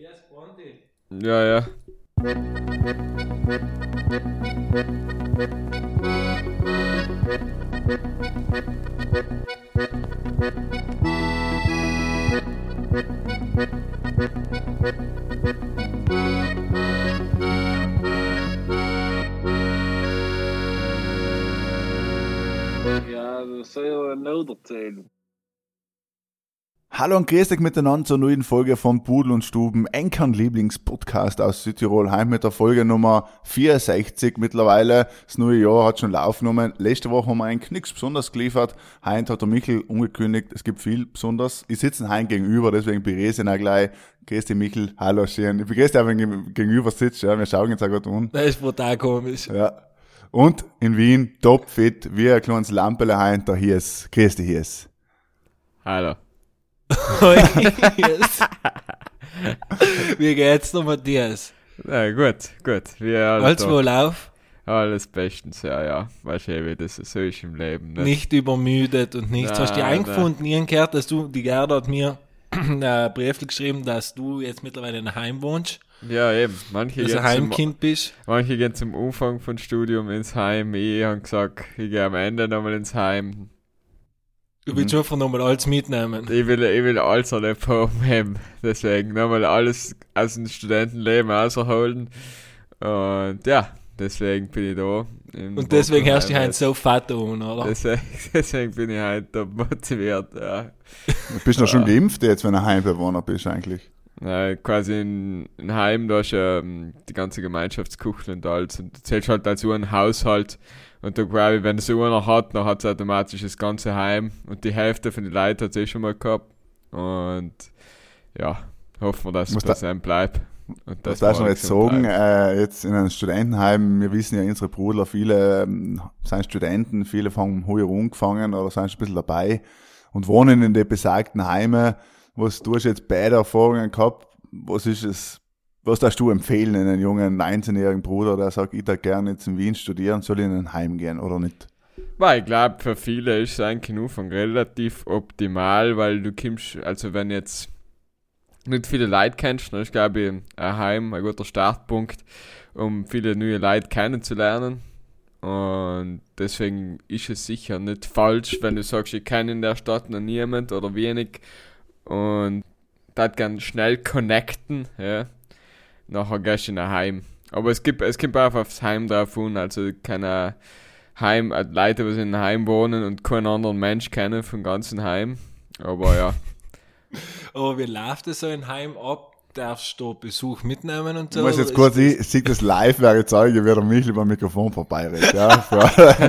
Ja, ja. Ja, das soll ja noch erzählen. Hallo und grüß dich miteinander zur neuen Folge von Pudel und Stuben, Enkern Lieblingspodcast aus Südtirol, heim mit der Folge Nummer 64 mittlerweile. Das neue Jahr hat schon Lauf genommen. Letzte Woche haben wir eigentlich nichts Besonderes geliefert. Heute hat der Michel angekündigt, es gibt viel Besonderes. Ich sitze heim gegenüber, deswegen begrüße ich ihn auch gleich. Grüß dich Michel, hallo schön. Ich begrüße dich, wenn du gegenüber sitzt, ja. Wir schauen jetzt auch gerade an. Das ist brutal komisch. Ja. Und in Wien, topfit, wie ein kleines Lampele heim, der Hies. Grüß dich Hies. Hallo. Yes. Wie geht's dir, Matthias? Na gut. Wie Alles wohl auf? Alles bestens, ja. Weißt du, wie das so ist im Leben. Nicht übermüdet und nichts. Hast du dich eingefunden? Ich habe gehört, dass die Gerda hat mir einen Brief geschrieben, dass du jetzt mittlerweile in einem Heim wohnst. Ja, eben. Manche dass du ein Heimkind bist. Manche gehen zum Anfang von Studium ins Heim. Ich habe gesagt, ich gehe am Ende nochmal ins Heim. Du willst einfach nochmal alles mitnehmen. Ich will alles an den haben. Deswegen nochmal alles aus dem Studentenleben rausholen. Und ja, deswegen bin ich da. Und deswegen hörst du dich heute so fett an, oder? Deswegen bin ich heute motiviert, ja. Du bist noch schon geimpft jetzt, wenn du Heimbewohner bist eigentlich? Quasi in Heim, da ist ja die ganze Gemeinschaftsküche und alles. Und du zählst halt als ein Haushalt. Und da quasi, wenn es so einer hat, dann hat es automatisch das ganze Heim. Und die Hälfte von den Leuten hat es schon mal gehabt. Und ja, hoffen wir, dass es bei seinem bleibt. Und was darfst du noch jetzt sagen? Jetzt in einem Studentenheim, wir wissen ja, unsere Brüder, viele sind Studenten, viele haben heuer angefangen oder sind schon ein bisschen dabei und wohnen in den besagten Heimen. Du hast jetzt beide Erfahrungen gehabt. Was darfst du empfehlen in einen jungen 19-jährigen Bruder, der sagt, ich darf gerne jetzt in Wien studieren, soll ich in ein Heim gehen oder nicht? Weil ich glaube, für viele ist es eigentlich nur von relativ optimal, weil du kommst, also wenn jetzt nicht viele Leute kennst, dann ist, glaube ich, ein Heim ein guter Startpunkt, um viele neue Leute kennenzulernen. Und deswegen ist es sicher nicht falsch, wenn du sagst, ich kenne in der Stadt noch niemand oder wenig und das kann schnell connecten, ja. Nachher gehst du in ein Heim. Aber es kommt auch aufs Heim drauf an, also keine Leute, die in einem Heim wohnen und keinen anderen Mensch kennen vom ganzen Heim. Aber ja. Aber wie läuft das so in Heim ab? Darfst du Besuch mitnehmen und so? Ich muss jetzt kurz, ich sehe das live, wäre ich zeige, wie der Michel beim Mikrofon vorbeiredet. Ja, für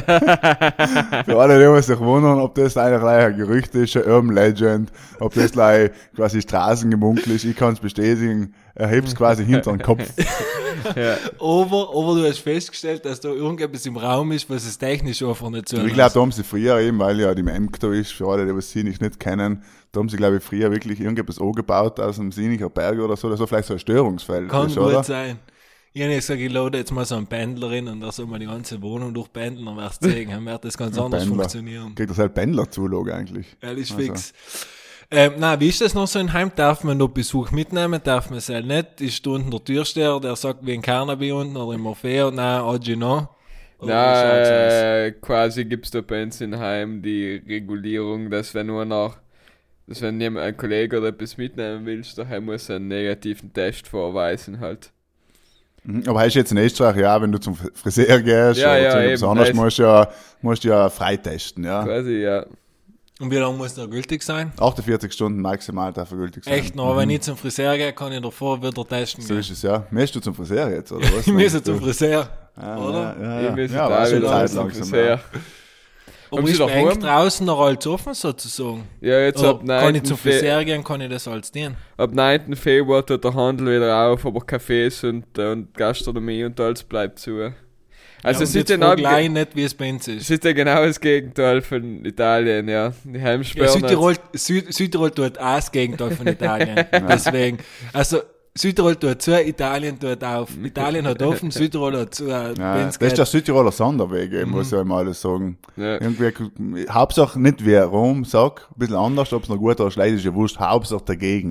alle, die sich wundern, ob das eigentlich ein Gerücht ist, ein Urban Legend, ob das quasi Straßengemunkel ist, ich kann es bestätigen, er hebt es quasi hinter den Kopf. Ja. Aber du hast festgestellt, dass da irgendetwas im Raum ist, was es technisch einfach nicht so ist. Ich glaube, da haben sie früher eben, weil ja die Memk da ist, für alle, die sie nicht kennen, da haben sie, glaube ich, früher wirklich irgendetwas angebaut aus dem Sienicher Berg oder so vielleicht so ein Störungsfeld. Kann ist, gut oder? sein. Ich habe gesagt, ich lade jetzt mal so einen Pendlerin und da soll man die ganze Wohnung durchpendeln, dann wirst du sehen, dann wird das ganz anders funktionieren. Kriegt das halt Pendlerzulage eigentlich. Ja, das ist fix. Wie ist das noch so in Heim? Darf man noch Besuch mitnehmen? Darf man es halt nicht? Ist da unten der Türsteher, der sagt, wie ein Carnaby unten oder im Morpheo, nein, Oggi no? Quasi gibt es da bei uns in Heim die Regulierung, dass wenn jemand, ein Kollege oder etwas mitnehmen willst, daheim muss er einen negativen Test vorweisen halt. Aber hast du jetzt in Österreich, ja, wenn du zum Friseur gehst oder zu etwas anderes, musst du ja freitesten, ja. Quasi, ja. Und wie lange muss der gültig sein? 48 Stunden maximal darf er gültig sein. Echt noch? Wenn ich zum Friseur gehe, kann ich davor wieder testen gehen. So ist es, ja. Möchtest du zum Friseur jetzt, oder was? Ich muss zum Friseur, oder? Ja. Ich muss wieder zum Friseur. Aber ist bei eng draußen noch alles offen, sozusagen? Ja, jetzt oder ab 9. Kann ich zum Friseur gehen, kann ich das alles dienen? Ab 9. Februar tut der Handel wieder auf, aber Cafés und Gastronomie und alles bleibt zu. Also es ist ja gleich nicht, wie es bei uns ist. Es ist ja genau das Gegenteil von Italien, ja. Die Heimsperren. Ja, Südtirol tut auch das Gegenteil von Italien. Deswegen, also Südtirol tut zu, Italien tut auf. Italien hat offen, Südtirol hat zu. Das ist der Südtiroler Sonderweg, muss ich einmal alles sagen. Ja. Irgendwie, Hauptsache nicht wie Rom sagt, ein bisschen anders, ob es noch gut oder schlecht ist, ja wurscht, Hauptsache dagegen.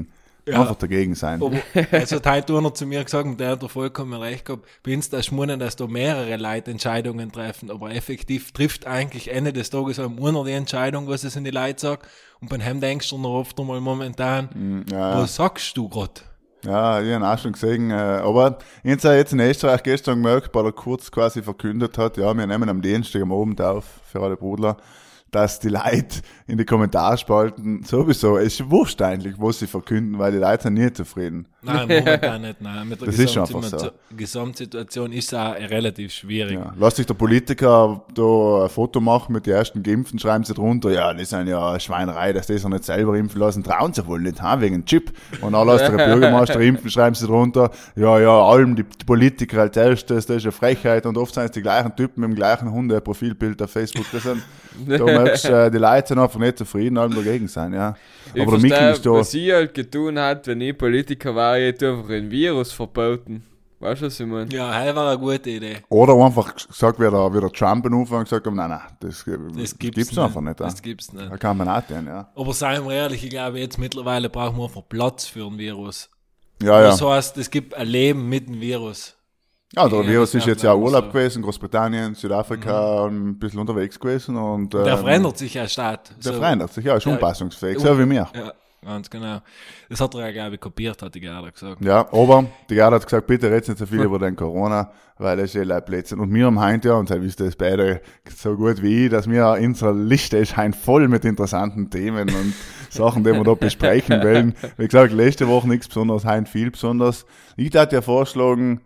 Einfach dagegen sein. Aber, also hat heute einer zu mir gesagt, und der hat vollkommen recht gehabt, bei uns das Schmunnen, dass da mehrere Leute Entscheidungen treffen, aber effektiv trifft eigentlich Ende des Tages auch einer die Entscheidung, was es in die Leute sagt, und bei dem denkst du noch oft einmal momentan, was sagst du gerade? Ja, ich habe auch schon gesehen, aber jetzt in Österreich gestern gemerkt, weil er kurz quasi verkündet hat, ja, wir nehmen am Dienstag am Abend auf für alle Brudler, dass die Leute in die Kommentarspalten sowieso, es ist wurscht eigentlich, was sie verkünden, weil die Leute sind nie zufrieden. Nein, momentan nicht. Nein. Mit der Das ist einfach so. Gesamtsituation ist es auch relativ schwierig. Ja. Lass sich der Politiker da ein Foto machen mit den ersten Geimpften, schreiben sie drunter, ja, die sind ja eine Schweinerei, dass die sich nicht selber impfen lassen, trauen sie wohl nicht, wegen Chip. Und dann lässt der Bürgermeister impfen, schreiben sie drunter, ja, allem die Politiker als erstes, das ist eine Frechheit, und oft sind es die gleichen Typen mit dem gleichen Hunde-Profilbild auf Facebook, das sind, da merkst du, die Leute sind einfach nicht zufrieden, allem dagegen sein, ja. Ich Aber der Micky ist da. Was ich halt getan hat, wenn ich Politiker war, ich hätte einfach ein Virus verboten. Weißt du, was ich meine? Ja, das war eine gute Idee. Oder einfach gesagt, wie der Trump in Anfang gesagt hat, nein, das gibt's einfach nicht. Das gibt's nicht. Da kann man auch tun, ja. Aber seien wir ehrlich, ich glaube, jetzt mittlerweile brauchen wir einfach Platz für ein Virus. Ja. Das heißt, es gibt ein Leben mit dem Virus. Ja, der Virus ist jetzt ja Urlaub so gewesen, Großbritannien, Südafrika, ein bisschen unterwegs gewesen und der verändert sich ja stark. Der verändert sich, ja, ist unpassungsfähig, so wie mir. Ja, ganz genau. Das hat er ja, glaube ich, kopiert, hat die Gerda gesagt. Ja, aber die Gerda hat gesagt, bitte redet nicht so viel über den Corona, weil das ist ja Blödsinn. Und wir haben heute ja, und ihr wisst das beide so gut wie ich, dass wir unsere Liste ist heute voll mit interessanten Themen und Sachen, die wir da besprechen wollen. Wie gesagt, letzte Woche nichts Besonderes, heute viel Besonderes. Ich würde ja vorschlagen,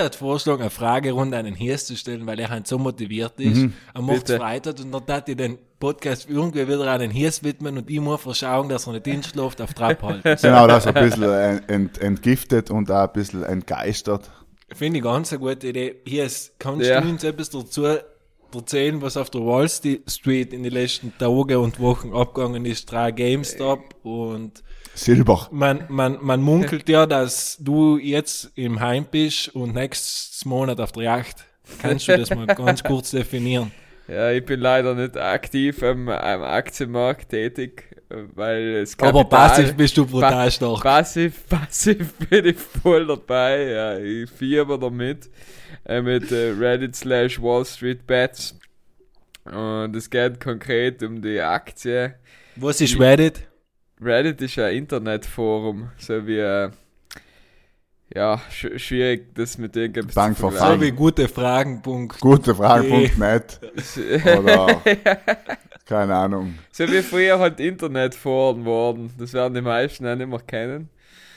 eine Fragerunde an den Hirsch zu stellen, weil er halt so motiviert ist. Er macht Freitag und dann hat ich den Podcast irgendwie wieder an den Hirsch widmen und ich muss verschauen, dass er nicht hinschläft, auf Trab halten. Genau, das ein bisschen entgiftet und auch ein bisschen entgeistert. Finde ich ganz eine gute Idee. Hirsch, kannst du uns etwas dazu erzählen, was auf der Wall Street in den letzten Tagen und Wochen abgegangen ist? 3 GameStop und Silber. Man munkelt ja, dass du jetzt im Heim bist und nächstes Monat auf der Yacht. Kannst du das mal ganz kurz definieren? Ja, ich bin leider nicht aktiv am Aktienmarkt tätig, weil es Kapital... Aber passiv bist du brutal stark. Passiv bin ich voll dabei, ja, ich fieber damit, mit Reddit/Wall Street Bets. Und es geht konkret um die Aktie. Was ist Reddit? Reddit ist ein Internetforum, so wie, schwierig, das mit irgendetwas zu vergleichen. So wie gutefragen.net. Gutefragen.net oder, keine Ahnung. So wie früher halt Internetforen worden, das werden die meisten auch nicht mehr kennen.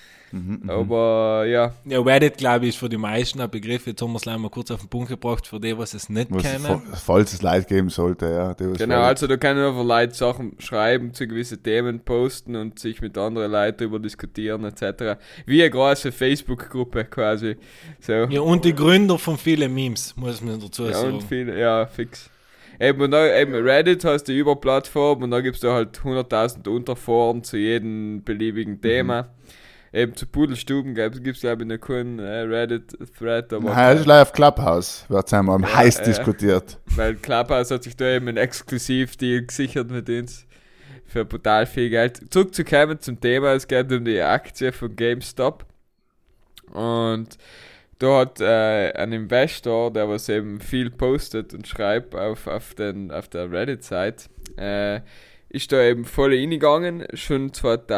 Aber ja. Ja, Reddit, glaube ich, ist für die meisten ein Begriff. Jetzt haben wir es leider mal kurz auf den Punkt gebracht, für die, was es nicht kennen. Falls es Leute geben sollte, ja. Genau, also da können einfach Leute Sachen schreiben, zu gewissen Themen posten und sich mit anderen Leuten darüber diskutieren, etc. Wie eine große Facebook-Gruppe quasi. So. Ja, und die Gründer von vielen Memes, muss man dazu sagen. Und viele, fix. Eben Reddit heißt die Überplattform und da gibt es da halt 100.000 Unterforen zu jedem beliebigen Thema. Eben zu Pudelstuben gibt es glaube ich noch keinen Reddit-Thread. Nein, das ist live auf Clubhouse, wird einmal heiß diskutiert. Weil Clubhouse hat sich da eben einen Exklusivdeal gesichert mit uns für brutal viel Geld. Zurückzukommen zum Thema, es geht um die Aktie von GameStop. Und da hat ein Investor, der was eben viel postet und schreibt auf der Reddit-Seite, ist da eben voll reingegangen, schon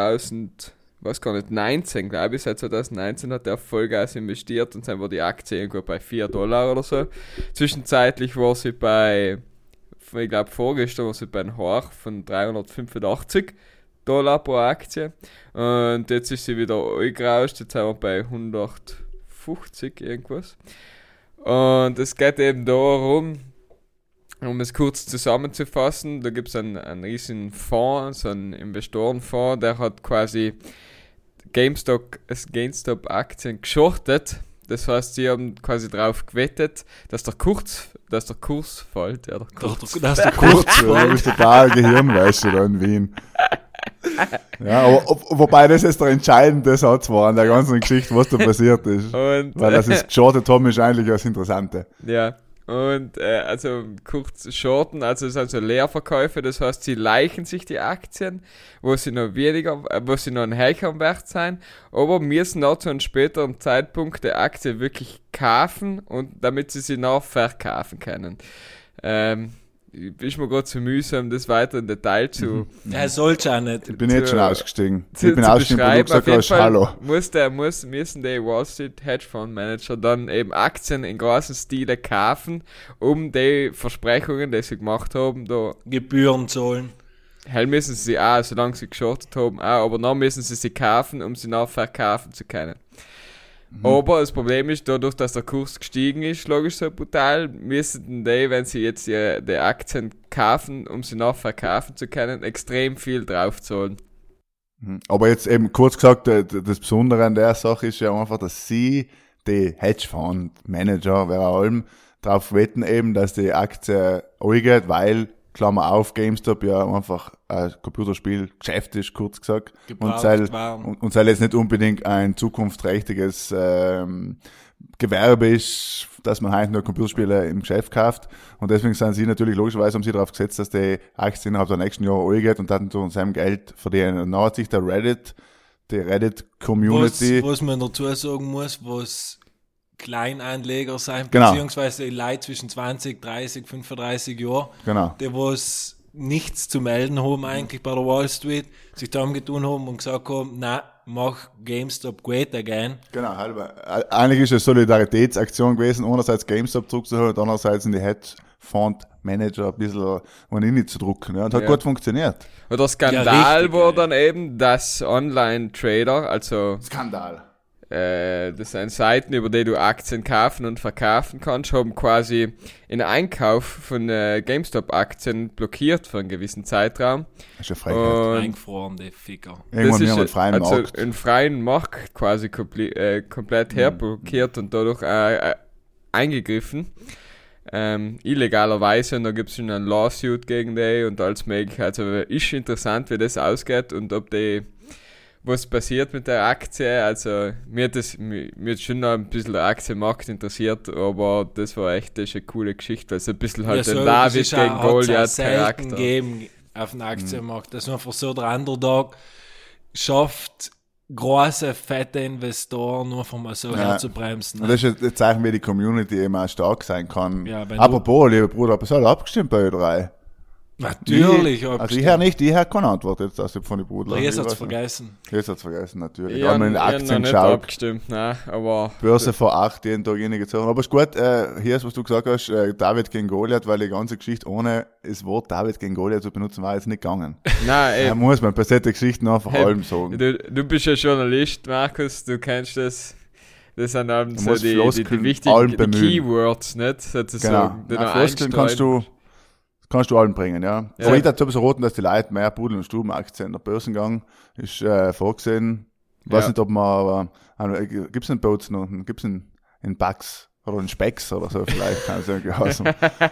19, glaube ich, seit 2019 hat er auf Vollgas investiert und dann war die Aktie irgendwo bei $4 oder so. Zwischenzeitlich war sie bei, ich glaube vorgestern war sie bei einem Hoch von $385 pro Aktie und jetzt ist sie wieder eingerauscht, jetzt sind wir bei 150 irgendwas. Und es geht eben darum, um es kurz zusammenzufassen, da gibt es einen riesen Fonds, so einen Investorenfonds, der hat quasi GameStop-Aktien geschortet. Das heißt, sie haben quasi drauf gewettet, dass der Kurs fällt. Ja, dass der Kurs fällt. Du bist total Gehirnwäsche da in Wien. Ja, aber wobei das jetzt der entscheidende Satz war an der ganzen Geschichte, was da passiert ist. Weil das ist geschortet haben, ist eigentlich das Interessante. Ja. Und also kurz shorten, also es sind so Leerverkäufe, das heißt, sie leichen sich die Aktien, wo sie noch einen höheren Wert sein, aber müssen noch zu einem späteren Zeitpunkt die Aktie wirklich kaufen und damit sie noch verkaufen können. Ist mir gerade zu mühsam, das weiter in Detail zu... Er sollte auch nicht. Ich bin jetzt schon ausgestiegen. zu Ich bin ausgestiegen, wo du gesagt hast, hallo. Müssen die Wall Street Hedgefonds Manager dann eben Aktien in großen Stile kaufen, um die Versprechungen, die sie gemacht haben, da Gebühren zahlen. hell müssen sie auch, solange sie geschortet haben, auch, aber dann müssen sie kaufen, um sie nachher verkaufen zu können. Aber das Problem ist, dadurch, dass der Kurs gestiegen ist, logisch so brutal, müssen die, wenn sie jetzt die Aktien kaufen, um sie nachher verkaufen zu können, extrem viel draufzahlen. Aber jetzt eben kurz gesagt, das Besondere an der Sache ist ja einfach, dass sie, die Hedgefonds-Manager, wer allem, darauf wetten eben, dass die Aktie angeht, weil, Klammer auf, GameStop ja einfach ein Computerspiel-Geschäft ist, kurz gesagt. Und sei jetzt nicht unbedingt ein zukunftsträchtiges Gewerbe ist, dass man heute nur Computerspiele im Geschäft kauft. Und deswegen sind sie natürlich, logischerweise haben sie darauf gesetzt, dass die Aktie innerhalb der nächsten Jahre angeht und dann zu seinem Geld verdienen. Und dann hat sich die Reddit-Community... Was man dazu sagen muss, was Kleinanleger sein, genau, beziehungsweise Leute zwischen 20, 30, 35 Jahren, genau, die was nichts zu melden haben eigentlich bei der Wall Street, sich zusammengetun haben und gesagt haben, na, mach GameStop great again. Genau, halber. Eigentlich ist es eine Solidaritätsaktion gewesen, einerseits GameStop zurückzuholen und andererseits in die Hedgefonds-Manager ein bisschen rein zu drucken. Ja, und hat gut funktioniert. Und der Skandal war dann eben, dass Online-Trader, also Skandal. Das sind Seiten, über die du Aktien kaufen und verkaufen kannst, haben quasi den Einkauf von GameStop-Aktien blockiert für einen gewissen Zeitraum. Das ist ja Frechheit. Eingefroren, die Ficker. Irgendwann haben wir freien also Markt. einen freien Markt quasi komplett herblockiert und dadurch eingegriffen. Illegalerweise, und da gibt es schon einen Lawsuit gegen die und alles mögliche. Also ist interessant, wie das ausgeht und ob die was passiert mit der Aktie. Also mir hat schon noch ein bisschen der Aktienmarkt interessiert, aber das war echt eine coole Geschichte, weil es ein bisschen halt ja, ein David gegen Goliath Charakter geben auf dem Aktienmarkt, dass man einfach so der Underdog schafft, große, fette Investoren nur von mal so herzubremsen. Und das ist ein Zeichen, wie die Community eben auch stark sein kann. Ja, apropos, lieber Bruder, bist du alle abgestimmt bei Ö3? Natürlich. Also ich habe keine Antwort jetzt aus von den Brudler. Jetzt hat's vergessen. Jetzt hat's vergessen, natürlich. Ja, in Aktien nicht geschaut. abgestimmt, nein, aber... Börse vor 8 jeden Tag reingezogen. Aber ist gut, hier ist, was du gesagt hast, David gegen Goliath, weil die ganze Geschichte ohne das Wort David gegen Goliath zu benutzen, war jetzt nicht gegangen. Nein, Da muss man bei solchen Geschichten einfach allem sagen. Du bist ja Journalist, Markus, du kennst das. Das sind eben so die wichtigen Keywords, nicht? Sozusagen. Genau. Floskeln kannst du allen bringen, ja. Aber ich dazu so roten, dass die Leute mehr Pudel- und Stubenaktien in der Börsengang ist vorgesehen. Ich weiß nicht, ob man, aber gibt's einen Boats noch, gibt's einen Bugs oder einen Specks oder so, vielleicht kann es irgendwie heißen.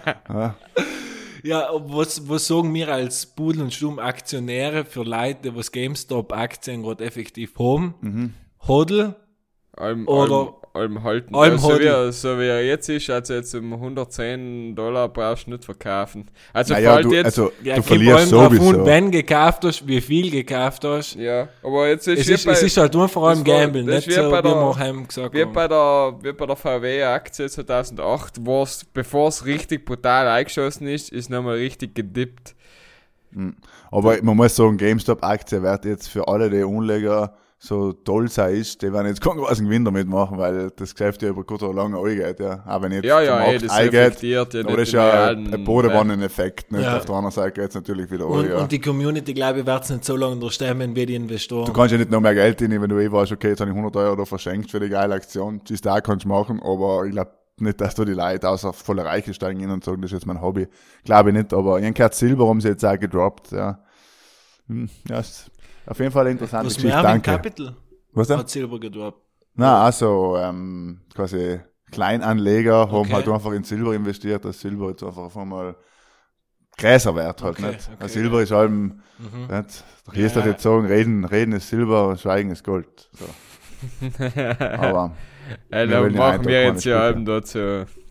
Ja, was sagen wir als Pudel- und Stuben-Aktionäre für Leute, die GameStop-Aktien gerade effektiv haben? Hodl Allem halten. So wie er jetzt ist, also jetzt um $110 brauchst du nicht verkaufen. Also du verlierst sowieso. Wenn gekauft hast, wie viel gekauft hast. Ja, aber jetzt ist es ist halt nur vor allem Gamblen, nicht so, wie wir heim gesagt haben. Wie bei der VW-Aktie 2008, bevor es richtig brutal eingeschossen ist nochmal richtig gedippt. Aber man muss sagen, GameStop-Aktie wird jetzt für alle die Anleger so toll sein ist, die werden jetzt keinen großen Gewinn damit machen, weil das Geschäft ja über kurz oder lange eingeht, ja. Auch wenn jetzt der Markt das eingeht, aber das ist ja ein Bodewanneneffekt, nicht? Auf der anderen Seite geht es natürlich wieder und die Community, glaube ich, wird es nicht so lange unterstemmen wie die Investoren. Du kannst ja nicht noch mehr Geld nehmen, wenn du weißt, okay, jetzt habe ich €100 da verschenkt für die geile Aktion, das da kannst du machen, aber ich glaube nicht, dass du die Leute außer voller Reiche steigen hin und sagen, das ist jetzt mein Hobby. Glaube ich nicht, aber ich habe Silber haben sie jetzt auch gedroppt, ja. Ja, auf jeden Fall eine interessante Geschichte, danke. Capital was denn? Hat Silber gedroppt. Na, also quasi Kleinanleger haben halt einfach in Silber investiert, dass Silber jetzt einfach auf einmal größer wird halt, nicht? Okay. Silber ist allem, nicht? Hier ist das jetzt sagen, reden ist Silber, Schweigen ist Gold. So. Aber dann machen wir jetzt ja allem dazu.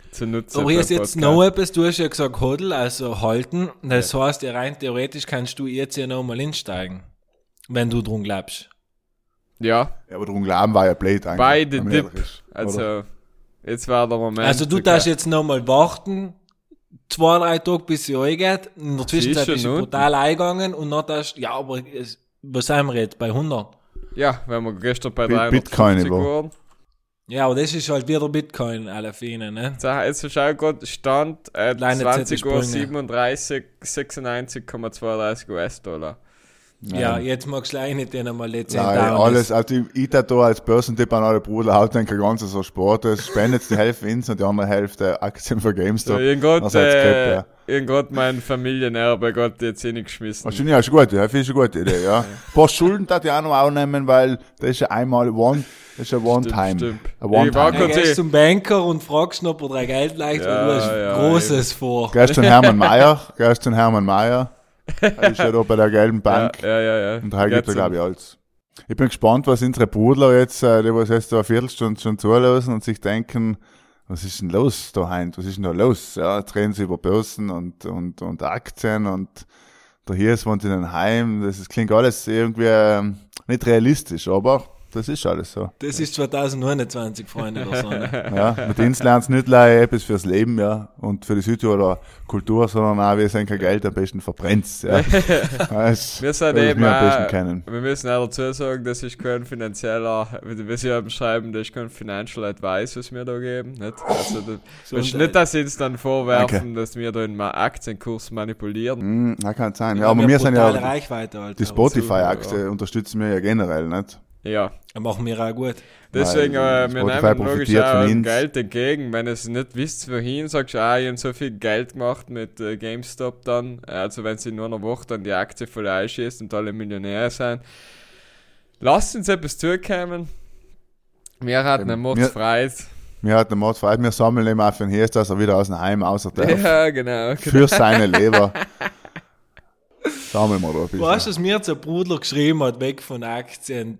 zu nutzen. Aber hier ist beim jetzt Podcast. noch etwas, du hast ja gesagt Hodl, also halten. Das heißt, ja rein theoretisch kannst du jetzt ja noch mal hinsteigen, wenn du drum glaubst. Ja, Ja, aber drum glauben war ja blöd eigentlich. beide wenn man Dip. ehrlich ist, oder? Also, jetzt war der Moment. Also du darfst jetzt noch mal warten, 2-3 Tage bis sie eingeht. In der Zwischenzeit schon bist du unten. brutal eingegangen und dann darfst ja, aber was sind wir jetzt, bei 100? Ja, wenn wir gestern bei Bitcoin 350 war. waren. Ja, aber das ist halt wieder Bitcoin, alle Fine, ne? So, jetzt schau gerade, Stand Kleine 20 Uhr Zettel 37, 96,32 US-Dollar. Ja, jetzt magst du gleich nicht den einmal die 10 Nein, down alles, also ich da als Börsentipp an alle Bruder, haut den ganzen so Sport, das spendet die Hälfte ins und die andere Hälfte Aktien für So, GameStop. irgendwann Das hat's gehabt, mein Familienerbe Gott jetzt hingeschmissen. Das finde ich auch gut, ja, finde ich eine gute Idee, ja. Ein paar Schulden darf ich auch noch aufnehmen, weil das ist ja einmal das ist ja One-Time. stimmt. Ein Ich war One-Time. Du kurz- gehst zum Banker und fragst ihn, ob er dir Geld leicht, weil du hast Ja, Großes vor. Gestern Hermann Mayer, er ist ja da bei der gelben Bank. Ja. Und da gibt Jetzt er, glaube ich, alles. Ich bin gespannt, was unsere Brudler jetzt, die was jetzt da eine Viertelstunde schon zulassen und sich denken, was ist denn los da heint? Was ist denn da los? Ja, jetzt reden sie über Börsen und Aktien und der Hirs wohnt in einem Heim. Das klingt alles irgendwie nicht realistisch, aber das ist alles so. Das ist 2029, Freunde der Sonne. Ja, mit uns lernen sie nicht leider etwas fürs Leben, ja, und für die Südtiroler Kultur, sondern auch, wir sind kein Geld, am besten verbrennt's, ja. Das, Wir sind das eben wir am besten auch, kennen. wir müssen auch dazu sagen, das ist kein finanzieller, wie sie eben schreiben, das ist kein Financial Advice, was wir da geben, nicht? Also, nicht, dass sie uns dann vorwerfen, dass wir da den Aktienkurs manipulieren. Das kann sein, ja, aber wir sind brutale ja, Reichweite, Alter. die Spotify-Aktie unterstützen wir ja generell, nicht? Ja. Machen wir auch gut. Deswegen, Weil wir Spotify nehmen logisch profitiert auch von uns. Geld entgegen. Wenn ihr es nicht wisst, wohin, sagst du, ich habe so viel Geld gemacht mit GameStop dann. Also wenn sie in nur einer Woche dann die Aktie voll einschießt und alle Millionäre sind. Lasst uns etwas zukommen. Wir hatten eine Mordsfreiheit. Wir hatten einen Mordfrei, wir sammeln ihm auch für den Hirs, dass er wieder aus dem Heim außer darf. Ja, genau. Für seine Leber. Sammeln wir da ein bisschen. Weißt du, was mir jetzt ein Bruder geschrieben hat, weg von Aktien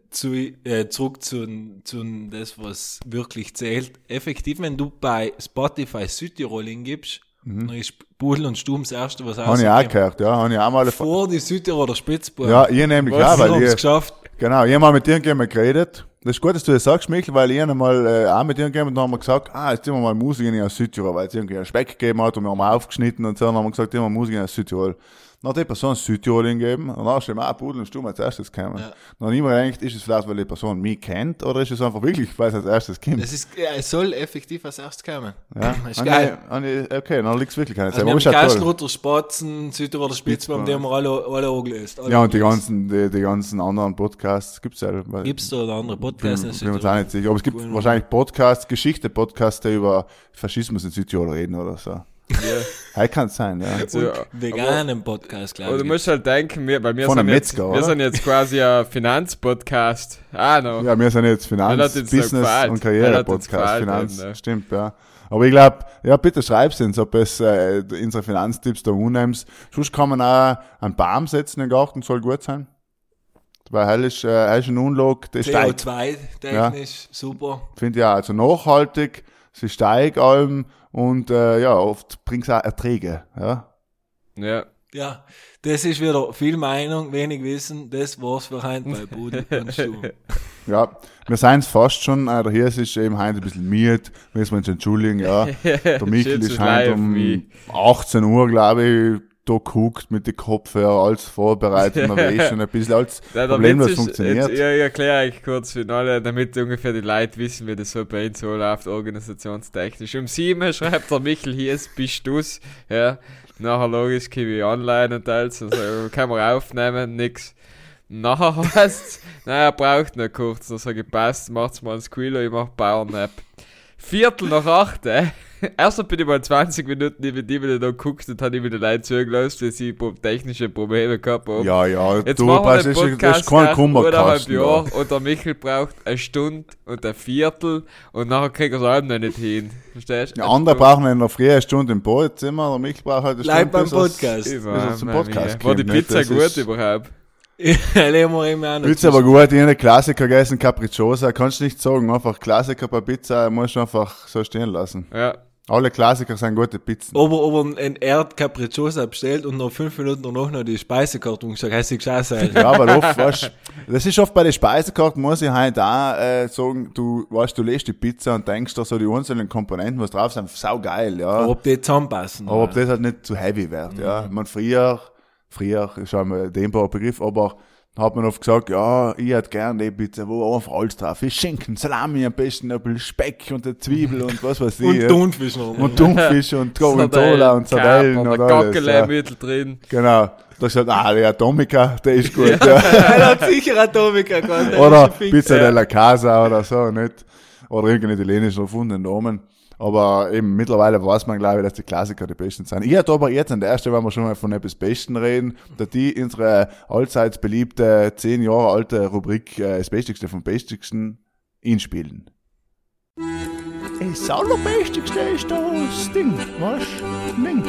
zurück zu das, was wirklich zählt. Effektiv, wenn du bei Spotify Südtirol hingibst, dann ist Pudel und Stumm das Erste, was Habe ich auch gehört, ja. Habe ich auch mal vor die Südtiroler Spitzburg. Ja, ihr nämlich Was? auch, Wir haben weil es ihr, geschafft. genau, ich habe mal mit irgendjemandem geredet. Das ist gut, dass du das sagst, Michael, weil ich einmal auch mit irgendjemandem haben wir gesagt, jetzt sind wir mal Musiker aus Südtirol, weil es irgendwie einen Speck gegeben hat und wir haben aufgeschnitten und so, und dann haben wir gesagt, immer Musiker aus Südtirol. Dann hat die Person Südtirol hingegeben und dann ist ihm auch Pudel und Stumm als erstes gekommen. Ja. Dann habe ich mir gedacht, ist es vielleicht, weil die Person mich kennt oder ist es einfach wirklich, weil es als erstes kommt? Das ist, es soll effektiv als erstes kommen. Ja, Das ist geil. Okay, dann liegt es wirklich keine Zeit. Also wir Aber haben ist ja toll. Kastelruther, Spatzen, Südtiroler Spitzburg, die haben wir alle angelöst. Ja, und die ganzen anderen Podcasts gibt's ja. Gibt's da oder andere Podcasts? Bin mir jetzt auch nicht sicher. Aber es gibt Cool. wahrscheinlich Geschichte-Podcasts, die über Faschismus in Südtirol reden oder so. Ja. Kann es sein, ja. Also, Veganen Podcast, aber glaube du ich. musst halt denken, bei mir Von sind einem jetzt, Metzger, wir oder? sind jetzt quasi ein Finanzpodcast. No. Ja, wir sind jetzt Mir hat Finanz-, jetzt noch Business- gefallen. und Mir hat jetzt Karriere-Podcast. gefallen, Finanz, eben, ne? stimmt, ja. Aber ich glaube, ja, bitte schreib's uns, ob es unsere Finanztipps da unnimmst. Sonst kann man auch einen Baum setzen im Garten, soll gut sein. Weil hell ist ein Unlog, das steigt. CO2-technisch, super. Finde ich auch, also nachhaltig, sie steigt allem und ja, oft bringt es auch Erträge. Ja. Ja. Ja, das ist wieder viel Meinung, wenig Wissen. Das war's für heute bei Pudel und Stumm. Ja, wir sind fast schon, der Hirs ist eben heute ein bisschen müde, müssen wir uns entschuldigen, ja. Der Michael Shit, ist so heute live um wie- 18 Uhr, glaube ich, da geguckt mit den Kopfhörer, alles vorbereitet, und schon ein bisschen alles Ja, problemlos Witz ist, funktioniert. Jetzt, ich erkläre euch kurz für alle, damit ungefähr die Leute wissen, wie das so bei uns so läuft, organisationstechnisch. Um 7 schreibt der Michael, hier ist, bist du's, ja. Nachher logisch gebe ich online und alles, also kann man aufnehmen, nix. Nachher heißt's, naja, braucht noch kurz, dann sage ich, passt, macht's mal ein Squealer, ich mach Powernap. 7:45, erst bin ich mal 20 Minuten neben die wieder da geguckt und habe ich wieder Leute zugelassen, weil sie technische Probleme gehabt haben. Ja, ja, Jetzt du, machen wir weißt, den das Podcast ist kein nach Kummerkasten. 1,5 Jahren und der Michael braucht eine Stunde und ein Viertel und nachher kriegt er es auch noch nicht hin. Verstehst du? Ja, andere brauchen in der Früh eine Stunde im Badezimmer, der Michael braucht halt eine Bleib Stunde. beim bis er's- Podcast. bis er zum Podcast War die kommt, nicht? Pizza Das gut ist- überhaupt? Leben wir immer auch noch. Pizza war gut, ich habe eine Klassiker gegessen, Capricciosa, kannst du nicht sagen, einfach Klassiker bei Pizza, musst du einfach so stehen lassen. Ja. Alle Klassiker sind gute Pizzen. Aber ein Erd Capricciosa bestellt und nach 5 Minuten danach noch die Speisekarte umgeschaut, heißt ich scheiße sein. Ja, weil oft, weißt, das ist oft bei den Speisekarten, muss ich halt auch sagen, du lässt die Pizza und denkst da so die einzelnen Komponenten, was drauf sind, saugeil, ja. Aber ob die zusammenpassen. Aber ob das halt nicht zu heavy wird, ja. Ich meine, früher ist schon mal ein dehnbarer Begriff, aber hat man oft gesagt, ja, ich hätte gern die Pizza, wo einfach alles drauf ist. Schinken, Salami, am besten ein bisschen Speck und eine Zwiebel und was weiß ich. Und ja. Thunfisch noch. Und Thunfisch und Gorgonzola und Sardellen und alles. Gockelei Ja. mittel drin. Genau. Da ist halt, der Atomica, der ist gut, ja. Er hat sicher Atomica gehabt. Oder Pizza della Casa oder so, nicht? Oder irgendeinen italienischen erfundenen Namen. Aber eben mittlerweile weiß man, glaube ich, dass die Klassiker die besten sind. Ich hätte aber jetzt an der Stelle, wenn wir schon mal von etwas Besten reden, dass die unsere allseits beliebte 10 Jahre alte Rubrik das Bestigste vom Bestigsten inspielen. Das Allerbestigste ist das Ding, was? Ding.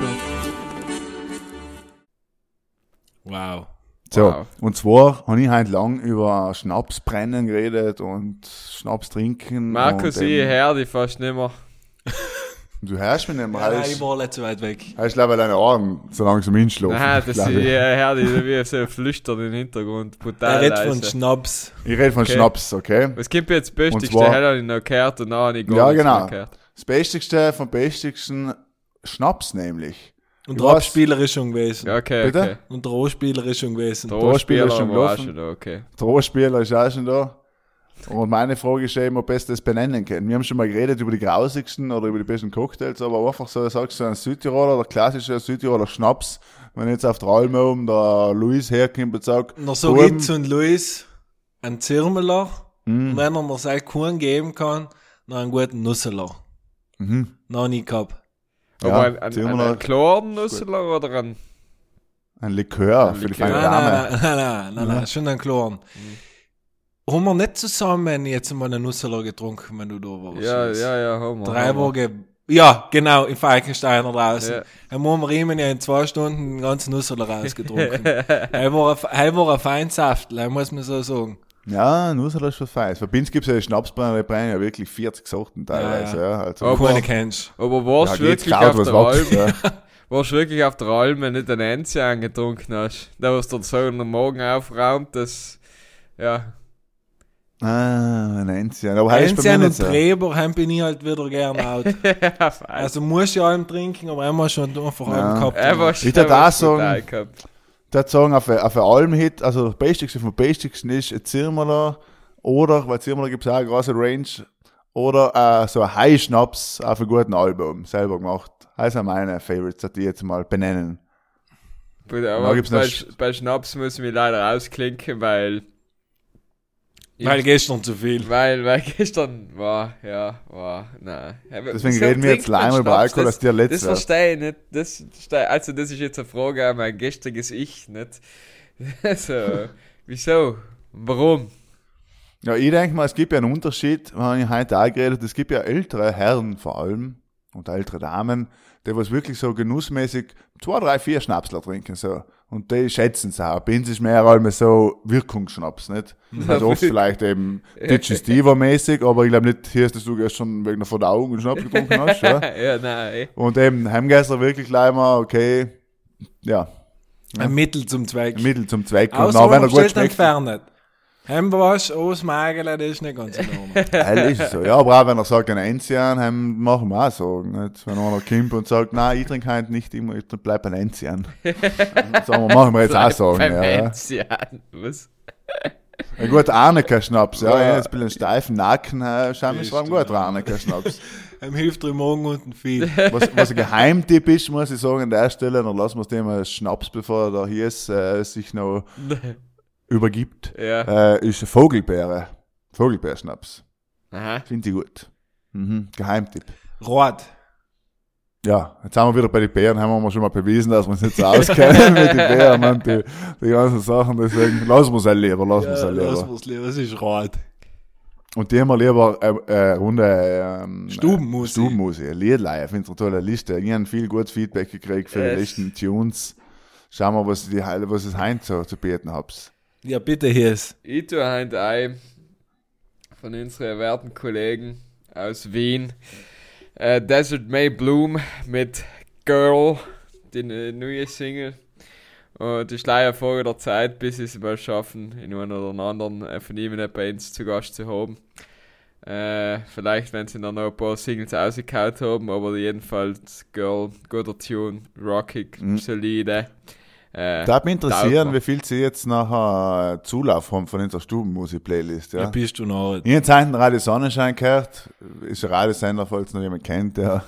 Wow. So, Wow. und zwar habe ich heute lang über Schnapsbrennen geredet und Schnaps trinken. Markus, und, ich hör dich fast nicht mehr. du hörst mich nicht mehr. Nein, ich war nicht so weit weg. Hast glaube ich deine Ohren so langsam hinschlafen. Nein, das glaub ich ich. hör dich wie so flüstert im Hintergrund. Er Brutal redet von leise. Schnaps. Ich rede von Okay. Schnaps, okay? Was gibt jetzt das Bestigste? Und zwar- Hell habe ich noch gehört und nachher habe ich gar Ja, nichts genau. mehr gehört. Das Bestigste vom Bestigsten Schnaps nämlich. Und Ich der weiß- Abspieler ist schon gewesen. Ja, okay, Bitte? okay. Und der Rohspieler ist schon gewesen. Drohspieler ist schon war auch gelaufen. schon da, okay. Drohspieler ist auch schon da. Und meine Frage ist eben, ob ihr das benennen könnt. Wir haben schon mal geredet über die grausigsten oder über die besten Cocktails, aber einfach so, sagst du, ein Südtiroler, der klassische Südtiroler Schnaps, wenn jetzt auf der Alm oben der Luis herkommt und sagt, Noch so Buben, Ritz und Luis, ein Zirmeler. Mhm. Und wenn er mir sein Kuchen geben kann, noch einen guten Nusseler. Mhm. Noch nie gehabt. Aber Ja, ein Zirmeler- ein klaren Nüsseler oder ein... ein Likör für die Likör. feine Nein, Dame. nein, schon einen klaren. Haben wir nicht zusammen jetzt mal einen Nusseler getrunken, wenn du da warst? Ja, haben wir. 3 haben wir. Wochen. Ja, genau, in Falkensteiner draußen. Ja. Dann haben wir ihm ja in 2 Stunden den ganzen Nusseler rausgetrunken. Er war ein Feinsaftler, muss man so sagen. Ja, Nusseler ist schon fein. Für Binz gibt es ja die Schnapsbrenner, die brennen ja wirklich 40 Sorten teilweise. Ja. Also, Aber- Keine kennst. Aber warst du geht's wirklich kaut, auf was der wächst, Alm? ja. Warst du wirklich auf der Alm, wenn du nicht einen Enzian getrunken hast? Da was dir so in den Magen aufraumt, das... Ja. ein Enzian. Aber heißt bei mir Enzian nicht und so. Treber, heim bin ich halt wieder gern out. Also muss ja allem trinken, aber einmal schon einfach allem gehabt. Ich würd auch sagen, Ich würde sagen, auf eine Alm-Hit, also das Bestigste vom Bestigsten ist ein Zirmeler oder, weil Zirmeler gibt es auch eine große Range, oder so ein High-Schnaps auf einem guten Album, selber gemacht. Das sind meine Favorites, die ich jetzt mal benennen. Aber gibt's noch bei Schnaps muss ich mich leider ausklinken, weil Weil gestern zu viel. weil gestern nein. Deswegen reden wir jetzt lange über Alkohol, dass dir letzt Das wird. verstehe ich nicht. Das ist jetzt eine Frage an mein gestriges Ich, nicht? Also, wieso? Warum? Ja, ich denke mal, es gibt ja einen Unterschied, wir haben ja heute auch geredet, es gibt ja ältere Herren vor allem und ältere Damen, die was wirklich so genussmäßig 2, 3, 4 Schnapsler trinken, so. Und die schätzen es auch. Bei uns ist mehr als so Wirkungsschnaps, nicht? Also oft vielleicht eben Digestivo-mäßig, aber ich glaube nicht, hier ist, dass du gestern wegen der Verdauung einen Schnaps getrunken hast, ja? Ja, nein. Und eben, Heimgeister wirklich gleich mal, okay, ja, Ein Mittel zum Zweck. Mittel zum Zweck. Und Außer auch wenn er man gut stellt schmeckt, entfernt. Hemwasch, Ausmagele, das ist nicht ganz in Ordnung. ist es so. Ja, aber auch wenn er sagt, ein Enzian, machen wir auch sagen. Nicht? Wenn einer kommt und sagt, nein, ich trinke heute nicht immer, ich bleib ein Enzian. Sagen wir, machen wir jetzt auch sagen. Beim Ja, ja. Enzian, was? Ein gut Arnika-Schnaps, ja. Ja. Jetzt ein bisschen steifen Nacken, schau mich schon gut Arnika-Schnaps. Ihm hilft der Morgen unten viel. Was ein Geheimtipp ist, muss ich sagen, an der Stelle, dann lassen wir es dem mal Schnaps, bevor er da hier ist, sich noch übergibt, Ja. ist Vogelbeere. Vogelbeerschnaps. Aha. Finde ich gut. Geheimtipp. Rot. Ja, jetzt haben wir wieder bei den Bären, haben wir schon mal bewiesen, dass wir uns nicht so auskennen mit den Bären und die ganzen Sachen, deswegen lassen wir es lieber, lassen wir es lieber. lass uns lieber, es ist Rot. Und die haben wir lieber eine Runde Stubenmusik. Stubenmusik, ein Liedlein, ich finde es eine tolle Liste. Ich habe viel gutes Feedback gekriegt für die letzten Tunes. Schauen wir, was es heute so zu bieten habt. Ja, bitte hier ist. Ich tue heute ein von unseren werten Kollegen aus Wien Desert May Bloom mit Girl, die neue Single. Und ist leider vor der Zeit, bis sie es mal schaffen, in einen oder anderen von ihm bei uns zu Gast zu haben. Vielleicht, wenn sie dann noch ein paar Singles rausgehauen haben, aber jedenfalls Girl, guter Tune, rockig, solide. Darf mich interessieren, wie viel sie jetzt nachher Zulauf haben von unserer Stubenmusik-Playlist. Ja, bist du noch. Ich habe heute Radio Sonnenschein gehört. Ist ein Radiosender, falls noch jemand kennt. Ja.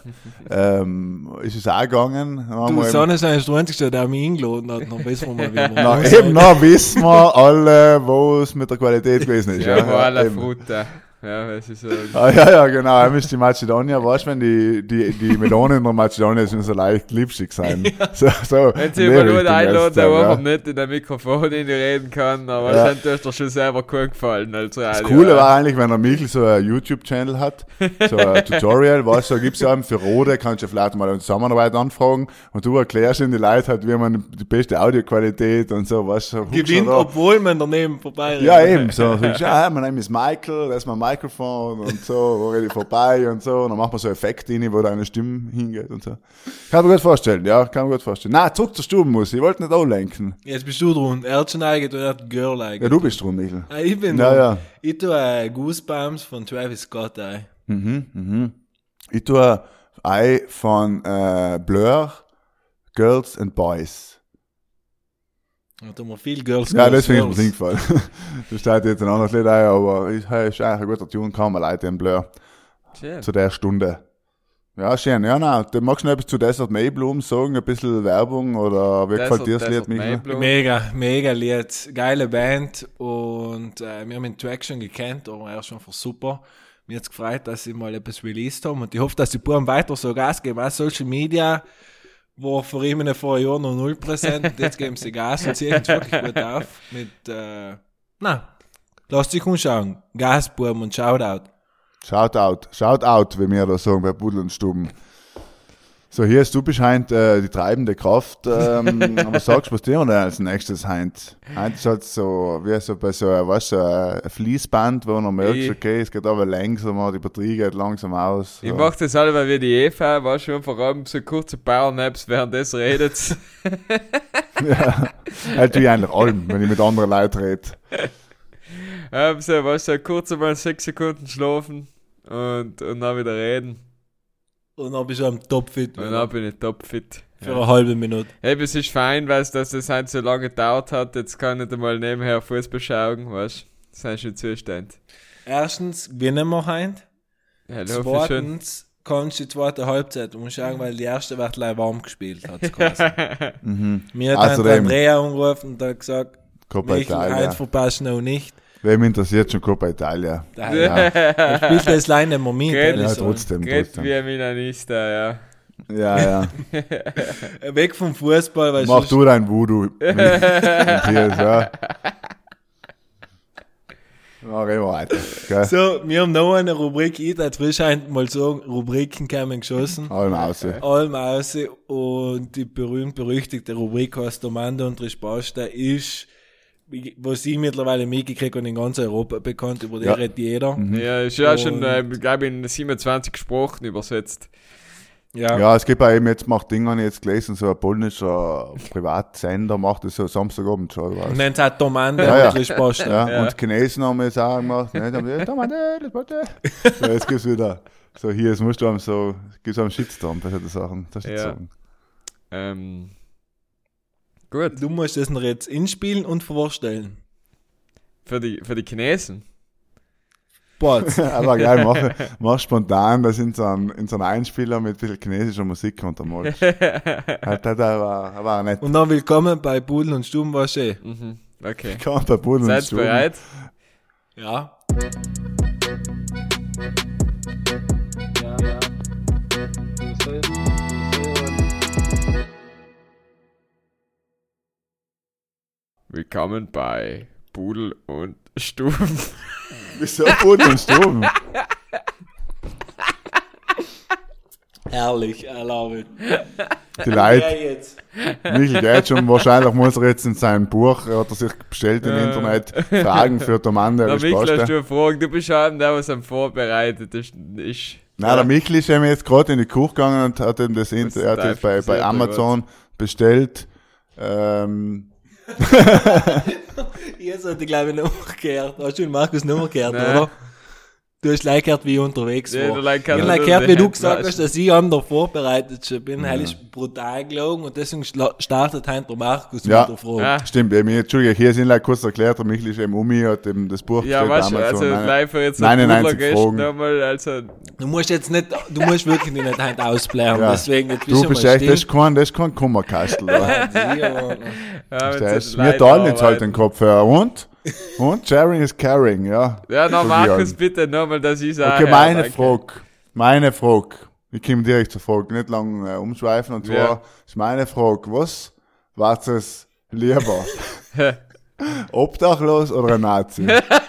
Ist es auch gegangen. Du, Sonnenschein ist der Einzige, der mich eingeladen hat. Noch wissen wir mal, wie na, eben noch wissen wir alle, wo es mit der Qualität gewesen ist. Ja, wo alle Frutte. Ja, es ist so. Ja, genau. Er ist die Mazedonia. Weißt du, wenn die Melonen in der Mazedonia sind so leicht glitschig sein. Ja. So, wenn sie immer nur einladen, der einfach nicht in der Mikrofon reden kann, aber dann ist dir schon selber cool gefallen. Als das Coole war eigentlich, wenn der Michel so ein YouTube-Channel hat, so ein Tutorial, weißt du, da gibt es ja für Rode, kannst du vielleicht mal eine Zusammenarbeit anfragen und du erklärst ihnen die Leute halt, wie man die beste Audioqualität und so, weißt du. Gewinnt, obwohl man daneben vorbei Ja, eben. So, ja, mein Name ist Michael, das ist mein Mikrofon und so, wo rede ich vorbei und so. Und dann macht man so Effekte rein, wo deine Stimme hingeht und so. Kann man gut vorstellen, ja, kann man gut vorstellen. Nein, zurück zur Stubenmusik, ich wollte nicht anlenken. Jetzt bist du dran. Er hat schon eigentlich und er hat Girl eigentlich. Ja, du bist dran, Michel. Ich bin dran. Ja. Ich tue Goosebumps von Travis Scott ein. Ich tue ein von Blur, Girls and Boys. Da tun wir viel Girls. Ja, das finde ich mir nicht gefallen. Da steht jetzt ein anderes Lied ein, aber ist eigentlich ein guter Tune, kann man Leute im Blur. Schön. Zu der Stunde. Ja, schön. Ja, nein, du magst noch etwas zu Desert May Bloom sagen, ein bisschen Werbung oder wie gefällt dir das Lied, Michael? Mega Lied. Geile Band und wir haben den Track schon gekannt, aber er ist schon super. Mir hat es gefreut, dass sie mal etwas released haben und ich hoffe, dass die Buben weiter so Gas geben. Auch Social Media war vor ihm vor einem Jahr noch 0% und jetzt geben sie Gas und sie sehen es wirklich gut auf. Lasst sich umschauen. Gasbuben und Shoutout. Shoutout, wie wir da sagen bei Pudel und Stuben. So, hier ist du bescheint die treibende Kraft. Was sagst du, was dir denn als nächstes Heint? Heint ist halt so, wie so bei so ein Fließband, wo man merkt, okay, es geht aber langsamer, die Batterie geht langsam aus. So. Ich mach das alle wie die Eva, war schon vor allem so kurze Powernaps, während das redet. Ja, halt wie eigentlich allem, wenn ich mit anderen Leuten rede. So kurz einmal 6 Sekunden schlafen und dann wieder reden. Und dann bist du am Topfit. Und dann bin ich topfit. Für eine halbe Minute. Hey, es ist fein, weil das halt so lange gedauert hat. Jetzt kann ich nicht einmal nebenher Fußball schauen, weißt du? Das ist schon Zustand. Erstens gewinnen wir heint. Ja, zweitens kannst du die zweite Halbzeit umschauen, weil die erste wird gleich warm gespielt hat. Quasi. Mir hat Andrea angerufen und hat gesagt, Michael, heute verpasst noch nicht. Wem interessiert schon Copa Italia? Ja. Er spielt das Line im Moment. Ja, trotzdem. Wie ein Milanista, ja. Ja. Weg vom Fußball. Weil mach du dein Voodoo. Matthias, ja. Reden wir weiter. Okay. So, wir haben noch eine Rubrik. Ich würde wahrscheinlich mal sagen, Rubriken kamen geschossen. Allem außer. Und die berühmt-berüchtigte Rubrik heißt der Mando und Risposta ist, was ich mittlerweile mitgekriegt und in ganz Europa bekannt, über die redet jeder. Ja, ist ja schon, glaube ich, in 27 Sprachen übersetzt. Ja, es gibt auch eben, jetzt macht Dinge, jetzt gelesen, so ein polnischer Privatsender macht das so Samstagabend schon. Nennt es auch Tomande und Risposta. Ja, und Chinesen haben es auch gemacht. Tomande, Risposta. So, jetzt gibt's wieder. So, hier, jetzt musst du am so, gibt's am Shitstorm bei solchen Sachen. Das ist sagen. Gut. Du musst das noch jetzt inspielen und vorstellen. Für die Chinesen? Aber geil, mach spontan das in so einem Einspieler mit ein bisschen chinesischer Musik untermalst. Das war nett. Und dann willkommen bei Pudel und Stuben, war schön. Okay. Willkommen bei Pudel und Stuben. Seid bereit? Ja. Willkommen bei Pudel und Stuben. Wieso Pudel und Stuben? Herrlich, I love it. Die Leute, Michael geht schon, wahrscheinlich muss er jetzt in sein Buch, hat er sich bestellt im Internet, Fragen für Tomande. Na, Michael, hast du eine Frage? Du bist schon der, was am vorbereitet ist. Nein, der Michel ist eben jetzt gerade in die Küche gegangen und hat ihm das er hat das bei Amazon bestellt. Ihr sollte, glaube ich, noch gehört. Hast du den Markus noch gehört, Nein. oder? Du hast gleich gehört, wie ich unterwegs war. Ja, Ich habe gehört, wie du gesagt hast, dass ich am da vorbereitet schon bin. Heil ist brutal gelogen und deswegen startet heute der Markus mit der Frage. Ja. Stimmt, eben, Entschuldigung, hier sind kurz erklärt, der Michel ist eben hat eben das Buch Ja, weißt du, also live jetzt 99 Fragen. nochmal, also, Du musst wirklich nicht heute ausblären, Ja. deswegen jetzt Du bist echt, das still. ist kein Kummerkastel. oder? ja, Wir teilen jetzt halt den Kopfhörer und sharing is caring, ja. Ja, noch So Markus, wie bitte nochmal, dass ich sage. Okay, meine Frage. Ich komme direkt zur Frage, nicht lang umschweifen. Und zwar Ja. ist meine Frage, was war es lieber? Obdachlos oder ein Nazi?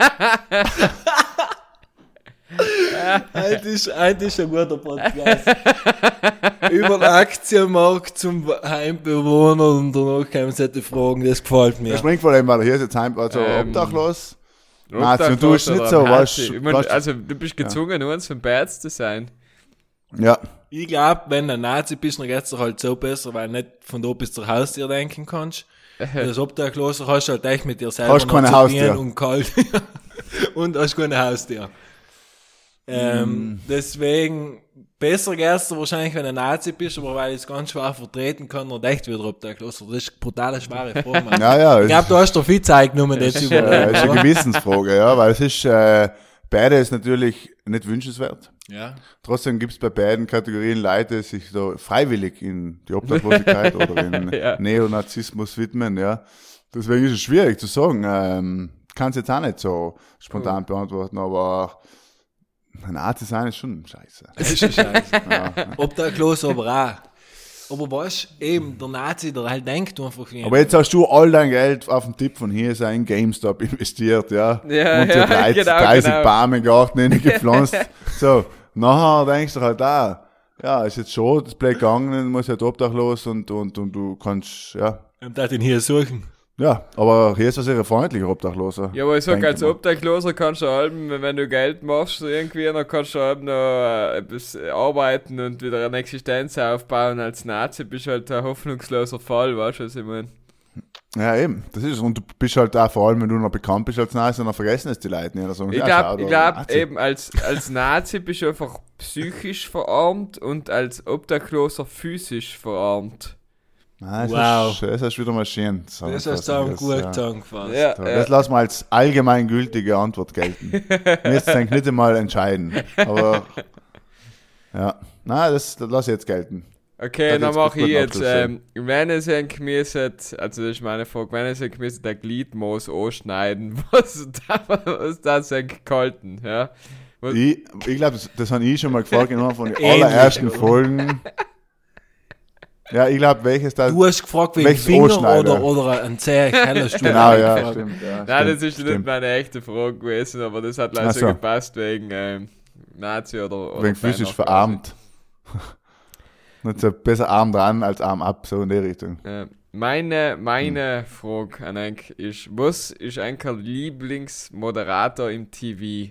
Heute ist ein guter Podcast. Über den Aktienmarkt zum Heimbewohner und danach kommen solche Fragen, das gefällt mir. Das springt vor allem, weil hier ist jetzt obdachlos. Nazi, und du bist nicht oder so, Nazi. Ich mein, weißt also, du bist gezwungen, eins von beiden zu sein. ja. Ich glaube, wenn du ein Nazi bist, dann geht's dir halt so besser, weil du nicht von da bis zur Haustür denken kannst. Das Obdachloser hast du halt echt mit dir selber Hast keine noch zu Haustür. tun und kalt. Und hast keine Haustür. Deswegen, besser geht's dir wahrscheinlich, wenn du ein Nazi bist, aber weil ich es ganz schwer vertreten kann, und echt wieder Obdachloser. Das ist eine brutale, schwere Frage, Mann. Ja, Ich glaube, du hast dir viel Zeit genommen, das zu ist überlegen. eine Gewissensfrage, ja, weil es ist, beide ist natürlich nicht wünschenswert. Ja. Trotzdem gibt es bei beiden Kategorien Leute, die sich so freiwillig in die Obdachlosigkeit oder in Ja. Neonazismus widmen, ja. Deswegen ist es schwierig zu sagen. Kann es jetzt auch nicht so spontan beantworten, aber ein Nazi sein ist schon scheiße. Das ist schon scheiße. Ja. Obdachlos aber auch. Aber weißt du, eben, der Nazi, der halt denkt einfach wie Aber jetzt hast du all dein Geld auf den Tipp von hier sein in GameStop investiert, ja. Ja, und dir ja, 30 genau. Bäume im Garten reingepflanzt. So, nachher denkst du halt auch, ja, ist jetzt schon das Play gegangen, muss halt obdachlos und du kannst, ja. und darf ihn hier suchen. Ja, aber hier ist was sehr freundlicher Obdachloser. Ja, aber ich sag, Denke als mal. Obdachloser kannst du halt, wenn du Geld machst, so irgendwie, dann kannst du halt noch etwas arbeiten und wieder eine Existenz aufbauen. Als Nazi bist du halt ein hoffnungsloser Fall, weißt du, was ich meine? Ja, eben, das ist es. Und du bist halt da, vor allem wenn du noch bekannt bist als Nazi, dann vergessen es die Leute nicht. Also, Ich glaube eben, als Nazi bist du einfach psychisch verarmt und als Obdachloser physisch verarmt. Nein, Wow. Das ist wieder mal schön. Das hast du auch gut zusammengefasst. Ja, Das lassen wir als allgemeingültige Antwort gelten. Wir jetzt eigentlich nicht einmal entscheiden. Aber ja, nein, das lasse ich jetzt gelten. Okay, Das dann jetzt mache ich gut jetzt, abschließen. wenn es ein Gemüse hat, also das ist meine Frage, wenn es ein Gemüse der Gliedmaß anschneiden, was das eigentlich gehalten, ja? Ich glaube, das habe ich schon mal gefragt in einer von den Ähnlich, allerersten oder? Folgen. Ja, ich glaube, welches da. Du hast gefragt wegen Welches Finger Anschneider? oder ein Zeh. Hast du Genau, ja, gefragt. stimmt. Ja, Nein, das ist stimmt. nicht meine echte Frage gewesen, aber das hat leider Ach so so. gepasst wegen Nazi oder Wegen physisch Feiner verarmt. Nicht so besser Arm dran als Arm ab, so in die Richtung. quasi. Meine Frage an euch ist, was ist eigentlich ein Lieblingsmoderator im TV?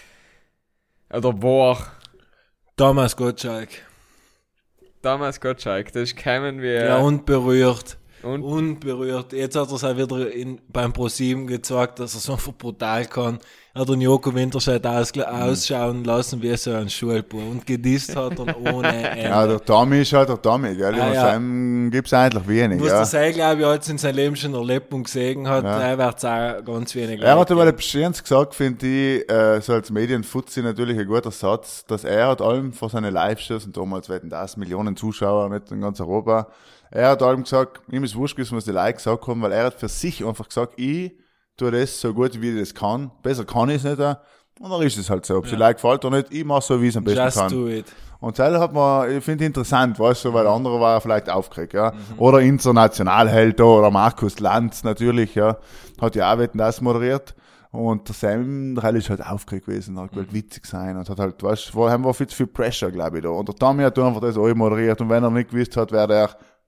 Oder war? Thomas Gottschalk. Thomas Gottschalk, das ist keinen wie... Ja, unberührt. und Unberührt. Jetzt hat er es auch wieder beim ProSieben gezeigt, dass er so einfach brutal kann. Er hat den Joko Winterscheid ausschauen lassen wie so ein Schulbub und gedisst hat er ohne Ende. Ja, der Tommy ist halt der Tommy, gell? Ah, Über ja. seinem gibt es eigentlich wenig. Was Ja. der Sei, glaube ich, jetzt in seinem Leben schon erlebt und gesehen hat, Ja. er wird es auch ganz wenig Er hat Leute aber bestimmt gesagt, finde ich, so als Medienfuzzi natürlich ein guter Satz, dass er hat allem vor seine Live-Shows, und damals wetten das Millionen Zuschauer, nicht in ganz Europa, er hat allem gesagt, ihm ist wurscht gewesen, was die Leute gesagt haben, weil er hat für sich einfach gesagt, ich tue das so gut, wie ich das kann, besser kann ich es nicht, und dann ist es halt so, ob es die Leute gefällt oder nicht, ich mache so, wie ich es am besten Just kann. do it. Und das hat man, ich finde interessant, weißt du, weil der andere war vielleicht aufgeregt, ja. Oder unser Nationalheld da, oder Markus Lanz natürlich, ja. Hat ja auch Wetten, das moderiert. Und der Sam, der ist halt aufgeregt gewesen, hat gewollt witzig sein und hat halt, weißt du, war viel zu viel Pressure, glaube ich, da. Und der Tommy hat einfach das alle moderiert und wenn er nicht gewusst hat, wer der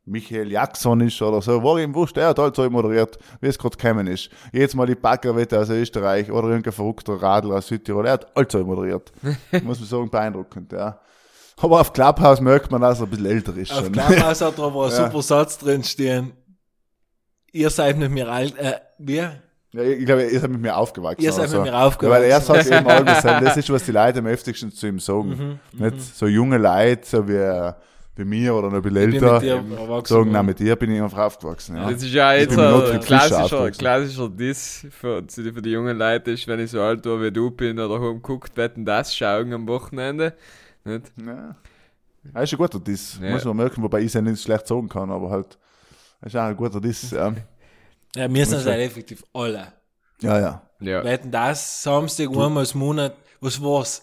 Michael Jackson ist oder so, war ihm wurscht, er hat halt so moderiert, wie es gerade gekommen ist. Jetzt mal die Backerwette aus Österreich oder irgendein verrückter Radler aus Südtirol, er hat halt so moderiert. Muss man sagen, beeindruckend, ja. Aber auf Clubhouse merkt man, dass er ein bisschen älter ist. Auf schon. Clubhouse hat da aber ein super Satz drin stehen. Ihr seid mit mir alt, wie? Ja, ich glaube, ihr seid mit mir aufgewachsen. Ihr seid oder mit so. mir aufgewachsen. Ja, weil er sagt eben auch, das ist, was die Leute am heftigsten zu ihm sagen. Nicht so junge Leute, so wie mir oder noch ein bisschen Ich bin älter, mit dir erwachsen sagen, nein, worden. mit dir bin ich einfach aufgewachsen. Ja. Das ist ja jetzt bin mit ein Notfried Fischer klassischer aufgewachsen. Diss für die jungen Leute ist, wenn ich so alt war wie du bin oder home guckt, wetten das schauen am Wochenende. Nicht? Ja. Ja, ist ein guter Diss, Ja. muss man merken, wobei ich es ja nicht schlecht sagen kann, aber halt, ist auch ein guter Diss. Ja, Ja, wir sind halt effektiv alle. ja. Ja. Wetten das, Samstag, einmal im Monat, was war's?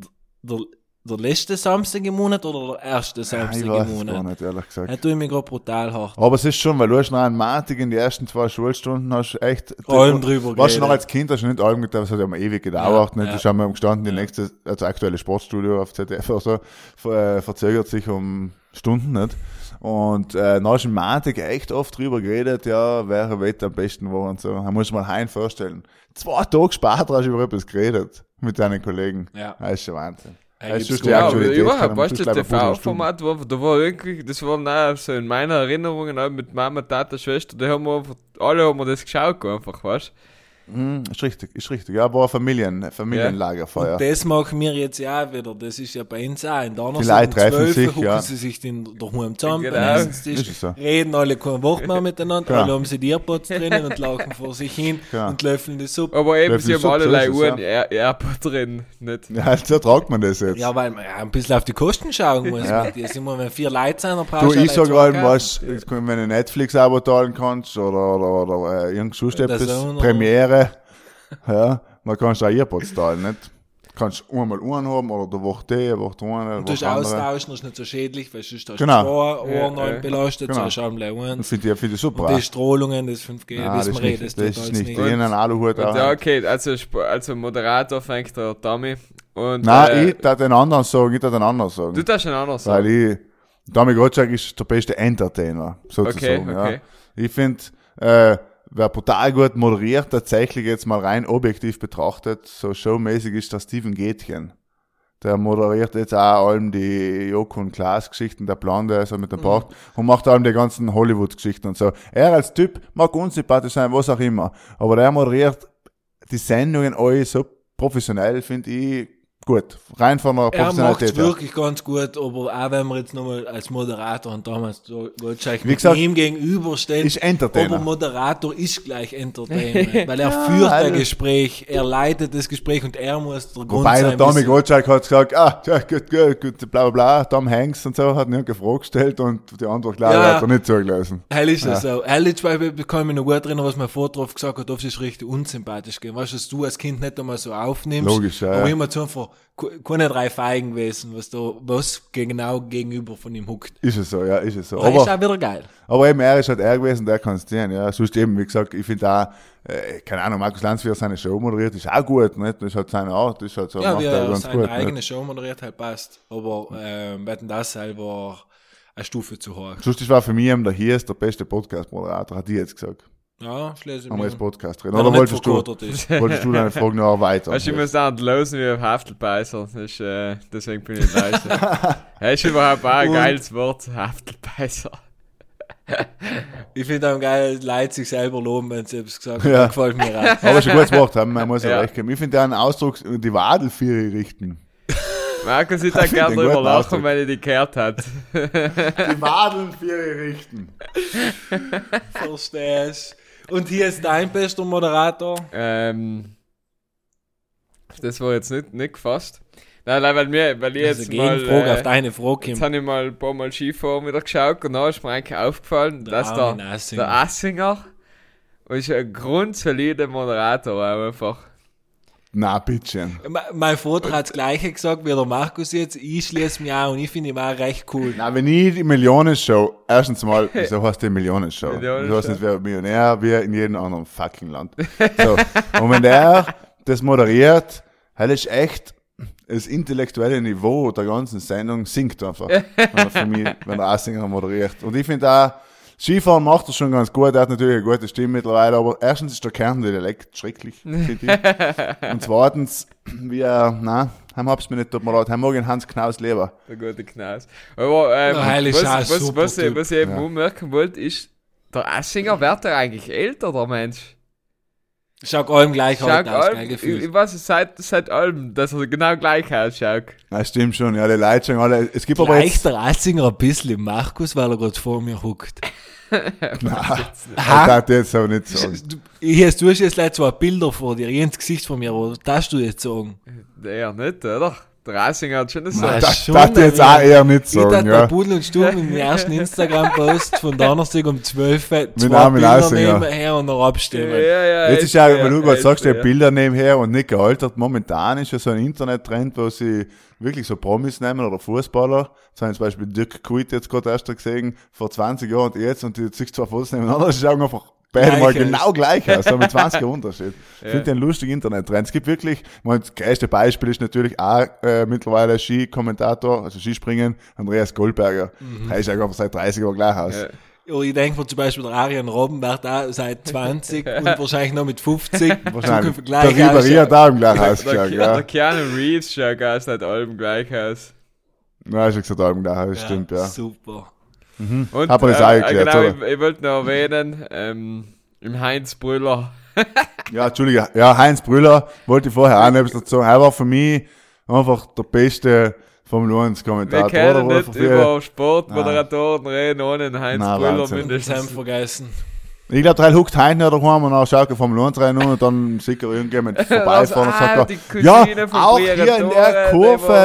Der letzte Samstag im Monat oder der erste Ich Samstag weiß im es gar Monat? nicht, ehrlich gesagt. Ja, tue ich mich gerade brutal hart. Aber es ist schon, weil du hast noch einen Matik in die ersten 2 Schulstunden hast echt Allem drüber warst du noch geredet. als Kind, hast du nicht allem getan, das hat ja mal ewig gedauert. Ja, nicht? ja. Da schauen wir gestanden, die nächste, also aktuelle Sportstudio auf ZDF oder so, verzögert sich um Stunden, nicht? Und dann hast du in Matik echt oft drüber geredet, ja, welcher Wetter am besten war und so. Da muss man mal vorstellen. 2 Tage später hast du über etwas geredet mit deinen Kollegen. Ja. Das ist schon Wahnsinn. Ja, Das gibt's ist die Ja, aber Aktualität, überhaupt, kann man weißt du, das gleich mal TV-Format, da war irgendwie, das war auch so in meiner Erinnerungen auch mit Mama, Tata, Schwester, die haben wir einfach, alle haben wir das geschaut, einfach, weißt Ist richtig. Ja, war ein Familienlagerfeuer. Und das machen wir jetzt ja auch wieder. Das ist ja bei uns auch. In der Die Leute treffen sich, hucken ja. sie sich daheim zusammen, Genau. beim Essenstisch, Ist es so. reden alle kein Wort mehr miteinander, Genau. alle haben sie die Earpods drinnen und laufen vor sich hin Genau. und löffeln die Suppe. Aber eben, Löffel sie haben Suppe, allerlei so ist es, Uhren, Airpod drin, nicht? Ja, so tragt man das jetzt. Ja, weil man ja ein bisschen auf die Kosten schauen muss. Ja. Mit dir. Sind wir, wenn 4 Leute sind, dann Du, brauchst ich sag zwei allem, kaufen. was, wenn du Netflix-Abo zahlen kannst oder irgend sonst Das etwas, auch noch. Premiere, ja, dann kannst du auch Earpods zahlen, nicht? Kannst einmal einen haben oder der Woche die, eine Woche eine, Und du hast Woche andere. austauschen, das ist nicht so schädlich, weil sonst hast du Genau. 2 Ohren Ja, belastet, genau. so schauen wir eins. Finde ich super. Und die Strahlungen, das 5G, Nein, wissen das wir ist eh, nicht, das ist nicht. Ich einen Aluhut Und auch. ja, okay, also Moderator fängt der Tommy. Und, Nein, ich darf den anderen sagen, du darfst einen anderen Weil sagen. Tommy Gottschalk ist der beste Entertainer, sozusagen. Okay. Ja. Ich finde, wer brutal gut moderiert, tatsächlich jetzt mal rein objektiv betrachtet, so showmäßig ist der Steven Gätchen. Der moderiert jetzt auch allem die Joko und Klaas Geschichten, der Blonde, also mit dem Bart, und macht allem die ganzen Hollywood-Geschichten und so. Er als Typ mag unsympathisch sein, was auch immer, aber der moderiert die Sendungen alle so professionell, finde ich, gut. Rein von der Er macht es Professionalität her. wirklich ganz gut, aber auch wenn wir jetzt nochmal als Moderator und damals so Gottschalk Wie mit gesagt, ihm gegenüberstellen, ist Entertainer. aber Moderator ist gleich Entertainment, weil er führt also- ein Gespräch, er leitet das Gespräch und er muss der Grund Wobei der sein. Tommy wieso- Gottschalk hat gesagt, ja, gut, bla bla bla, Tom Hanks und so, hat ihn eine Frage gestellt und die Antwort, glaube ich, Ja. hat er nicht zugelassen. Hell ist es so. Hell ist, weil ich kann mich noch gut erinnern, was mein Vater oft gesagt hat, oft ist richtig unsympathisch gehen. Weißt du, dass du als Kind nicht einmal so aufnimmst. Logisch, ja, Aber ja. immer zu einfach, keine 3 Feigen gewesen, was genau gegenüber von ihm huckt. Ist es so, ja, ist es so. Aber ist auch Aber, wieder geil. aber eben, er ist halt er gewesen, der kann es sehen, ja. Sonst eben, wie gesagt, ich finde auch, keine Ahnung, Markus Lanz, wie er seine Show moderiert, ist auch gut, nicht? Das ist halt seine Art, das ist halt so, Ja, macht wie er er ganz seine gut, eigene nicht? Show moderiert halt passt. Aber Wetten das selber eine Stufe zu hoch. Sonst ist war für mich eben der Hiers der beste Podcast-Moderator, hat die jetzt gesagt. Ja, schließe ich Haben wir jetzt mich. Podcast reden. Wenn er Oder nicht wolltest du, verkotert ist. wolltest du deine Frage noch erweitern? Weißt du, ich muss auch losen wie auf Haftelbeißer. Das ist, deswegen bin ich leise. Ja, ist überhaupt auch ein Und- geiles Wort, Haftelbeißer. Ich finde auch geil, Leute sich selber loben, wenn sie etwas gesagt haben. Ja. Das gefällt mir auch. Aber ist ein gutes Wort, man muss ja Ja. recht geben. Ich finde einen Ausdruck, die Wadelfiere richten. Markus, ich da Ich gerne find den drüber guten lachen, Ausdruck. wenn ich die gehört hat. Die Wadelfiere richten. Verstehst. Und hier ist dein bester Moderator. Das war jetzt nicht gefasst. Nein, weil ich Also jetzt mal, Gegenfrage auf deine Frage jetzt kommt. habe ich mal ein paar Mal Skifahren wieder geschaut und dann ist mir eigentlich aufgefallen, dass Armin der Assinger. Assinger ist ein grundsolider Moderator auch einfach. Na, bitteschön. Mein Vater hat das Gleiche gesagt wie der Markus jetzt. Ich schließe mich auch und ich finde ihn auch recht cool. Na, wenn ich die Millionenshow, erstens mal, wieso heißt die Millionenshow? Millionenshow. Du hast nicht wer Millionär, wie in jedem anderen fucking Land. So. Und wenn der das moderiert, das ist echt, das intellektuelle Niveau der ganzen Sendung sinkt einfach, wenn der Assinger moderiert. Und ich finde auch, Skifahren macht er schon ganz gut, er hat natürlich eine gute Stimme mittlerweile, aber erstens ist der Kärntner Dialekt schrecklich, finde ich. Und zweitens, heim hab's mir nicht tut mir leid, heim mag ich Hans Knaus lieber. Der gute Knaus. Aber was ich eben ummerken wollte, ist, der Assinger wird er eigentlich älter, der Mensch. Schaut allem gleich aus, gell, gefühlt. Ich weiß, seit allem, dass er genau gleich ausschaut. Ja, stimmt schon, ja, die Leute schon alle, es gibt aber jetzt... der Assinger ein bisschen im Markus, weil er gerade vor mir huckt. Nein, das jetzt aber nicht sagen. Du hast jetzt leider zwei Bilder vor dir, ins Gesicht von mir, was darfst du jetzt sagen? Eher nicht, oder? Der Assinger hat schon das so. Das darf ich jetzt auch eher nicht sagen, ja. Der Pudel und Sturm im ersten Instagram-Post von Donnerstag um 12 Uhr mit Bilder nebenher und noch abstimmen. Ja, jetzt ist ja, wenn du gerade sagst, die Bilder nebenher und nicht gealtert, momentan ist ja so ein Internet-Trend, wo sie wirklich so Promis nehmen oder Fußballer, so zum Beispiel Dirk Kuyt jetzt gerade erst gesehen, vor 20 Jahren und jetzt, und die siehst zwei Fotos nebeneinander, das schauen einfach beide mal genau gleich aus, so mit 20 Jahren Unterschied. Ich finde den lustigen Internet-Trend. Es gibt wirklich, das größte Beispiel ist natürlich auch mittlerweile Skikommentator, also Skispringen, Andreas Goldberger. Der ist ja einfach seit 30 Jahren gleich aus. Ja, ich denke mir zum Beispiel, der Arian Robben wird auch seit 20 und wahrscheinlich noch mit 50. Wahrscheinlich. Der Ribéry hat auch gleich ausgeschaut. Der Keanu Reeves schaut auch seit allem gleich aus. Nein, ist gesagt allem gleich aus, stimmt, ja. Super. Und hat man das auch erklärt, genau, ich wollte noch erwähnen, im Heinz Brüller. Ja, Entschuldige, ja, Heinz Brüller wollte ich vorher auch noch etwas dazu sagen. Er war für mich einfach der beste Formel 1 Kommentator. Wir können nicht über Sportmoderatoren reden, ohne den Heinz Brüller mindestens. Vergessen. Ich glaube, der huckt heute nicht daheim und dann schaut er Formel 1 rein und dann sieht er irgendjemand vorbeifahren und sagt ja, auch hier in der Kurve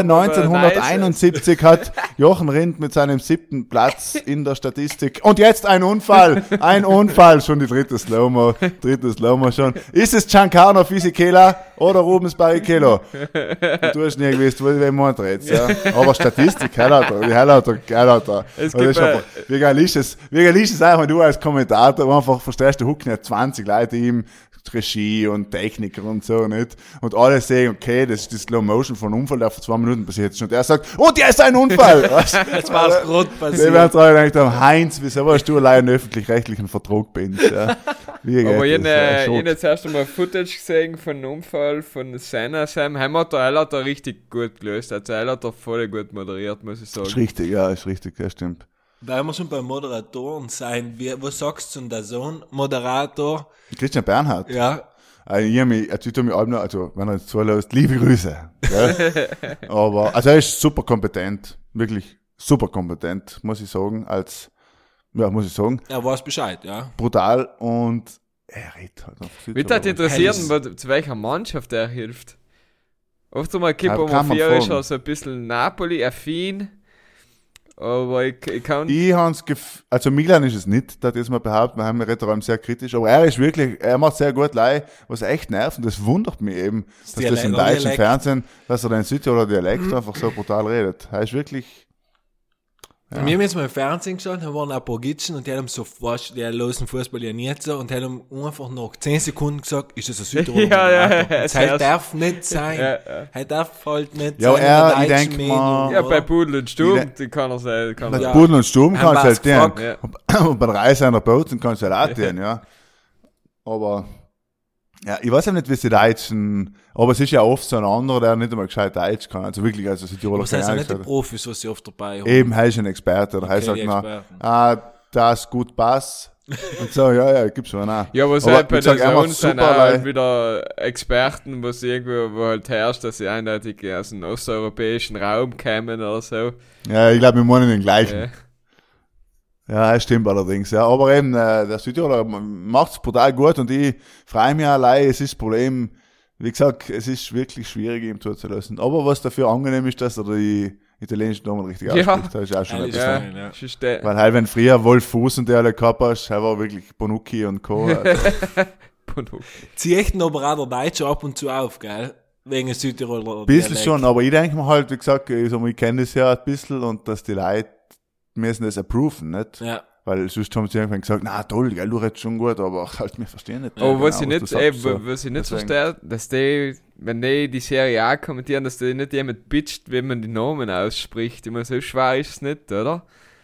1971 hat Jochen Rindt mit seinem 7. Platz in der Statistik. Und jetzt ein Unfall, schon die dritte Slow-Mo schon. Ist es Giancarlo Fisichella oder Rubens Barrichello? Du hast nie gewusst, wo ich mal dreht, ja. Aber Statistik, die Heilater. Wie geil ist es einfach, wenn du als Kommentator einfach verstehst, du hucken ja 20 Leute ihm, Regie und Techniker und so, nicht? Und alle sehen, okay, das ist die Slow Motion von einem Unfall, der vor 2 Minuten passiert ist. Und er sagt, und ja, ist ein Unfall! Jetzt war es gerade passiert. Die werden alle gedacht, Heinz, wieso warst du allein in öffentlich-rechtlichen Vertrag bist? Ja. Aber ich habe jetzt erst einmal Footage gesehen von einem Unfall von Senna Sam. Hat er richtig gut gelöst. Also er hat er voll gut moderiert, muss ich sagen. Ist richtig, ja, stimmt. Weil wir schon bei Moderatoren sein, was sagst du zum DAZN-Moderator? Christian Bernhard? Ja. Ich tue mich allem noch, also wenn er jetzt zulässt, liebe Grüße. Ja? Aber, also er ist super kompetent, wirklich super kompetent, muss ich sagen, Er weiß Bescheid, ja. Brutal und er redet halt auf Südtirol. Mich würde interessieren, zu welcher Mannschaft er hilft. Oft einmal Kippe 4 ist er so ein bisschen Napoli-affin. Aber ich kann... Also Milan ist es nicht, das jetzt mal behaupten, wir haben Retro sehr kritisch, aber er macht sehr gut Leih, was echt nervt und das wundert mich eben, dass das im deutschen Fernsehen, dass er den Südtiroler Dialekt einfach so brutal redet. Er ist wirklich... Ja. Wir haben jetzt mal im Fernsehen geschaut, da waren ein paar Gitschen und die haben so die losen Fußball ja nicht so und die haben einfach nach 10 Sekunden gesagt, ist das ein Südtiroler? Das darf nicht sein. Er darf halt nicht sein. Ich denke mal... Ja, bei Pudel und Sturm, die kann er sein. Bei Pudel und Sturm kann es halt den. Und bei der Reise an der Bozen kann es halt auch den, ja. Aber... Ja, ich weiß ja nicht, wie die Deutschen, aber es ist ja oft so ein anderer, der nicht einmal gescheit Deutsch kann, also wirklich, also Südtiroler. Das heißt ja nicht die Profis, was sie oft dabei haben. Eben, er ist ein Experte, oder er sagt noch, das gut passt. Und so, ja, gibt's schon auch. Ja, aber halt bei der Zone sind halt wieder Experten, wo halt herrscht, dass sie eindeutig aus dem osteuropäischen Raum kämen oder so. Ja, ich glaube, wir meinen den gleichen. Ja, das stimmt allerdings, ja. Aber eben, der Südtiroler macht's brutal gut und ich freue mich allein. Es ist das Problem, wie gesagt, es ist wirklich schwierig, ihm zuzulassen. Aber was dafür angenehm ist, dass er die italienischen Namen richtig ausspricht. Das ist auch schon etwas. Weil halt, wenn früher Wolf Fuß und der alle gehabt hast, war wirklich Bonucci und Co. Also. Bonucci. Zieht ihn aber auch der Deutsche ab und zu auf, gell? Wegen Südtiroler. Ein bisschen schon, aber ich denke mir halt, wie gesagt, ich kenne das ja ein bisschen und dass die Leute müssen das approven, nicht? Ja. Weil sonst haben sie irgendwann gesagt, na toll, gell, du redest schon gut, aber halt, wir verstehen nicht. Aber was genau, ich du nicht, sagst, so. was ich nicht Deswegen- verstehe, dass wenn die Serie A kommentieren, dass die nicht jemand pitcht, wie man die Namen ausspricht. Immer so schwer ist es nicht, oder?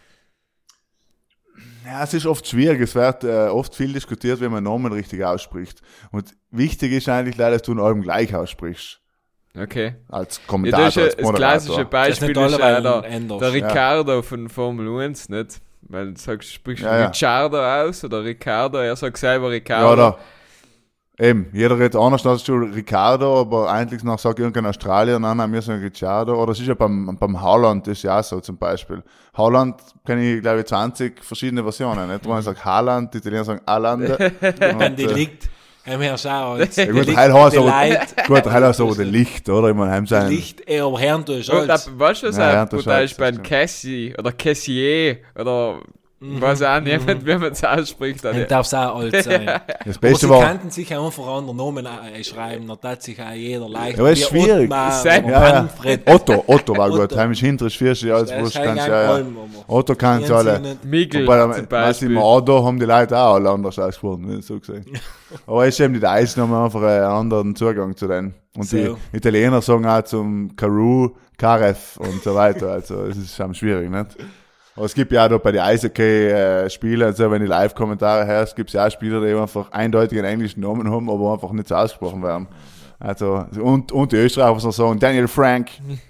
Ja, es ist oft schwierig. Es wird oft viel diskutiert, wie man Namen richtig ausspricht. Und wichtig ist eigentlich leider, dass du einen Album gleich aussprichst. Okay. Als Ja, Kommentator, das ist als das Moderator. klassische Beispiel Das ist ist nicht alle, ja weil der, ändert. der Ricardo von Formel 1, nicht? Weil du sagst, sprichst du Ricciardo aus oder Ricardo, er sagt selber Ricardo. Ja, oder eben, jeder redet anders als du Ricardo, aber eigentlich noch sagt irgendein Australier, nein, wir sagen Ricciardo. Oder es ist ja beim Haaland, das ist ja auch so zum Beispiel. Haaland kenne ich, glaube ich, 20 verschiedene Versionen. Nicht? Man sagt Haaland, die Italiener sagen Alande. Wenn die liegt, haben wir schon uns. Ja, gut, heil heißt aber, Leid, gut, heil heißt aber der Licht, oder? Ich meine, heim sein. Licht, aber Herrn du Und schon. weißt du, was Ja, auch das brutal ist ist bei das Cassie oder Cassier oder weiß auch niemand, wie man es ausspricht. Dann darf es auch alt sein. Das Aber Beste sie war, könnten sich auch einfach andere Namen schreiben, da hat sich auch jeder leicht. Ja, aber ist Wie schwierig. Ottmar Sein- oder ja, Manfred. Otto war gut. Otto. Heimisch hinterisch, Vierschi, alles Das wurscht, ist kannst kein ja. Alm, aber- Otto kannst du Kennen sie alle. nicht. Miguel Wobei, zum weißt du, Beispiel. im Auto haben die Leute auch alle anders ausgesprochen, ne, so gesehen. Aber es ist eben die Eisen haben einfach einen anderen Zugang zu denen. Und So. die Italiener sagen auch zum Carew, Karev und so weiter. Also, es ist schon schwierig, nicht? Aber es gibt ja auch da bei den Eishockey-Spielen, also wenn die Live-Kommentare hörst, gibt es ja auch Spieler, die einfach eindeutig einen englischen Namen haben, aber einfach nicht so ausgesprochen werden. Also, und die Österreicher, was noch sagen, Daniel Frank.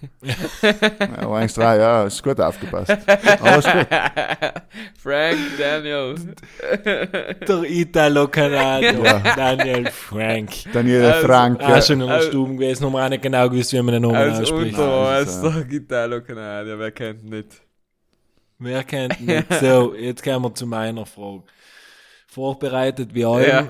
Ja, 1-3, ja, ist gut aufgepasst. Aber ist gut. Frank Daniel. Der Italo-Kanadier, Ja. Daniel Frank. Daniel Frank. Auch schon in der Stube gewesen, haben wir auch nicht genau gewusst, wie man den Namen Als ausspricht. Untermeister Italo-Kanadier, wer kennt ihn nicht? Wer kennt ihn nicht? So, jetzt kommen wir zu meiner Frage. Vorbereitet wie allem.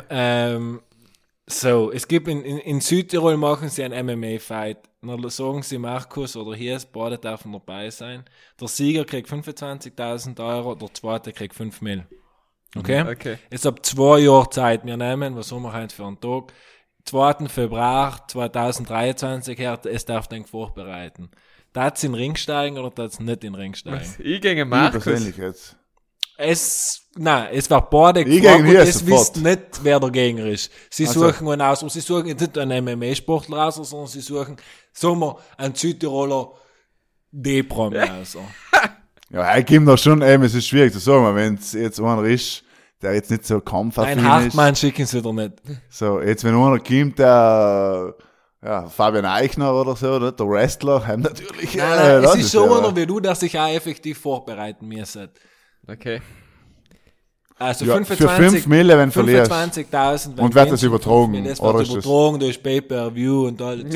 So, es gibt in Südtirol machen sie einen MMA-Fight. Dann sagen sie Markus oder hier, beide dürfen dabei sein. Der Sieger kriegt 25.000 Euro, der zweite kriegt 5 Mil. Okay? Okay. Jetzt ab 2 Jahren Zeit. Wir nehmen, was haben wir heute für einen Tag? 2. Februar 2023 her, es darf den vorbereiten. Darf in den Ring steigen oder darf nicht in den Ring steigen? Ich gegen Ich Markus. persönlich jetzt. Es wird beide Ich gefragt gegen und hier es sofort. wisst nicht, wer der Gegner ist. Sie Also. suchen einen aus, und sie suchen jetzt nicht einen MMA-Sportler aus, sondern sie suchen, sagen wir, einen Südtiroler D-Promi aus. Ja, ich gebe da schon, eben, es ist schwierig zu sagen, wenn es jetzt einer ist, der jetzt nicht so kampfaffin Ein ist. Hartmann schicken sie dir nicht. So, jetzt wenn einer kommt, der, ja, Fabian Eichner oder so, oder? Der Wrestler, haben natürlich, Nein, es das ist so ja, einer wie du, der sich auch effektiv vorbereiten müssen. Okay. Also Ja, 25, für 5 Mille, wenn du verlierst. 25.000. Und wird das übertragen, Das oder wird ist das- übertragen durch Pay-Per-View und alles.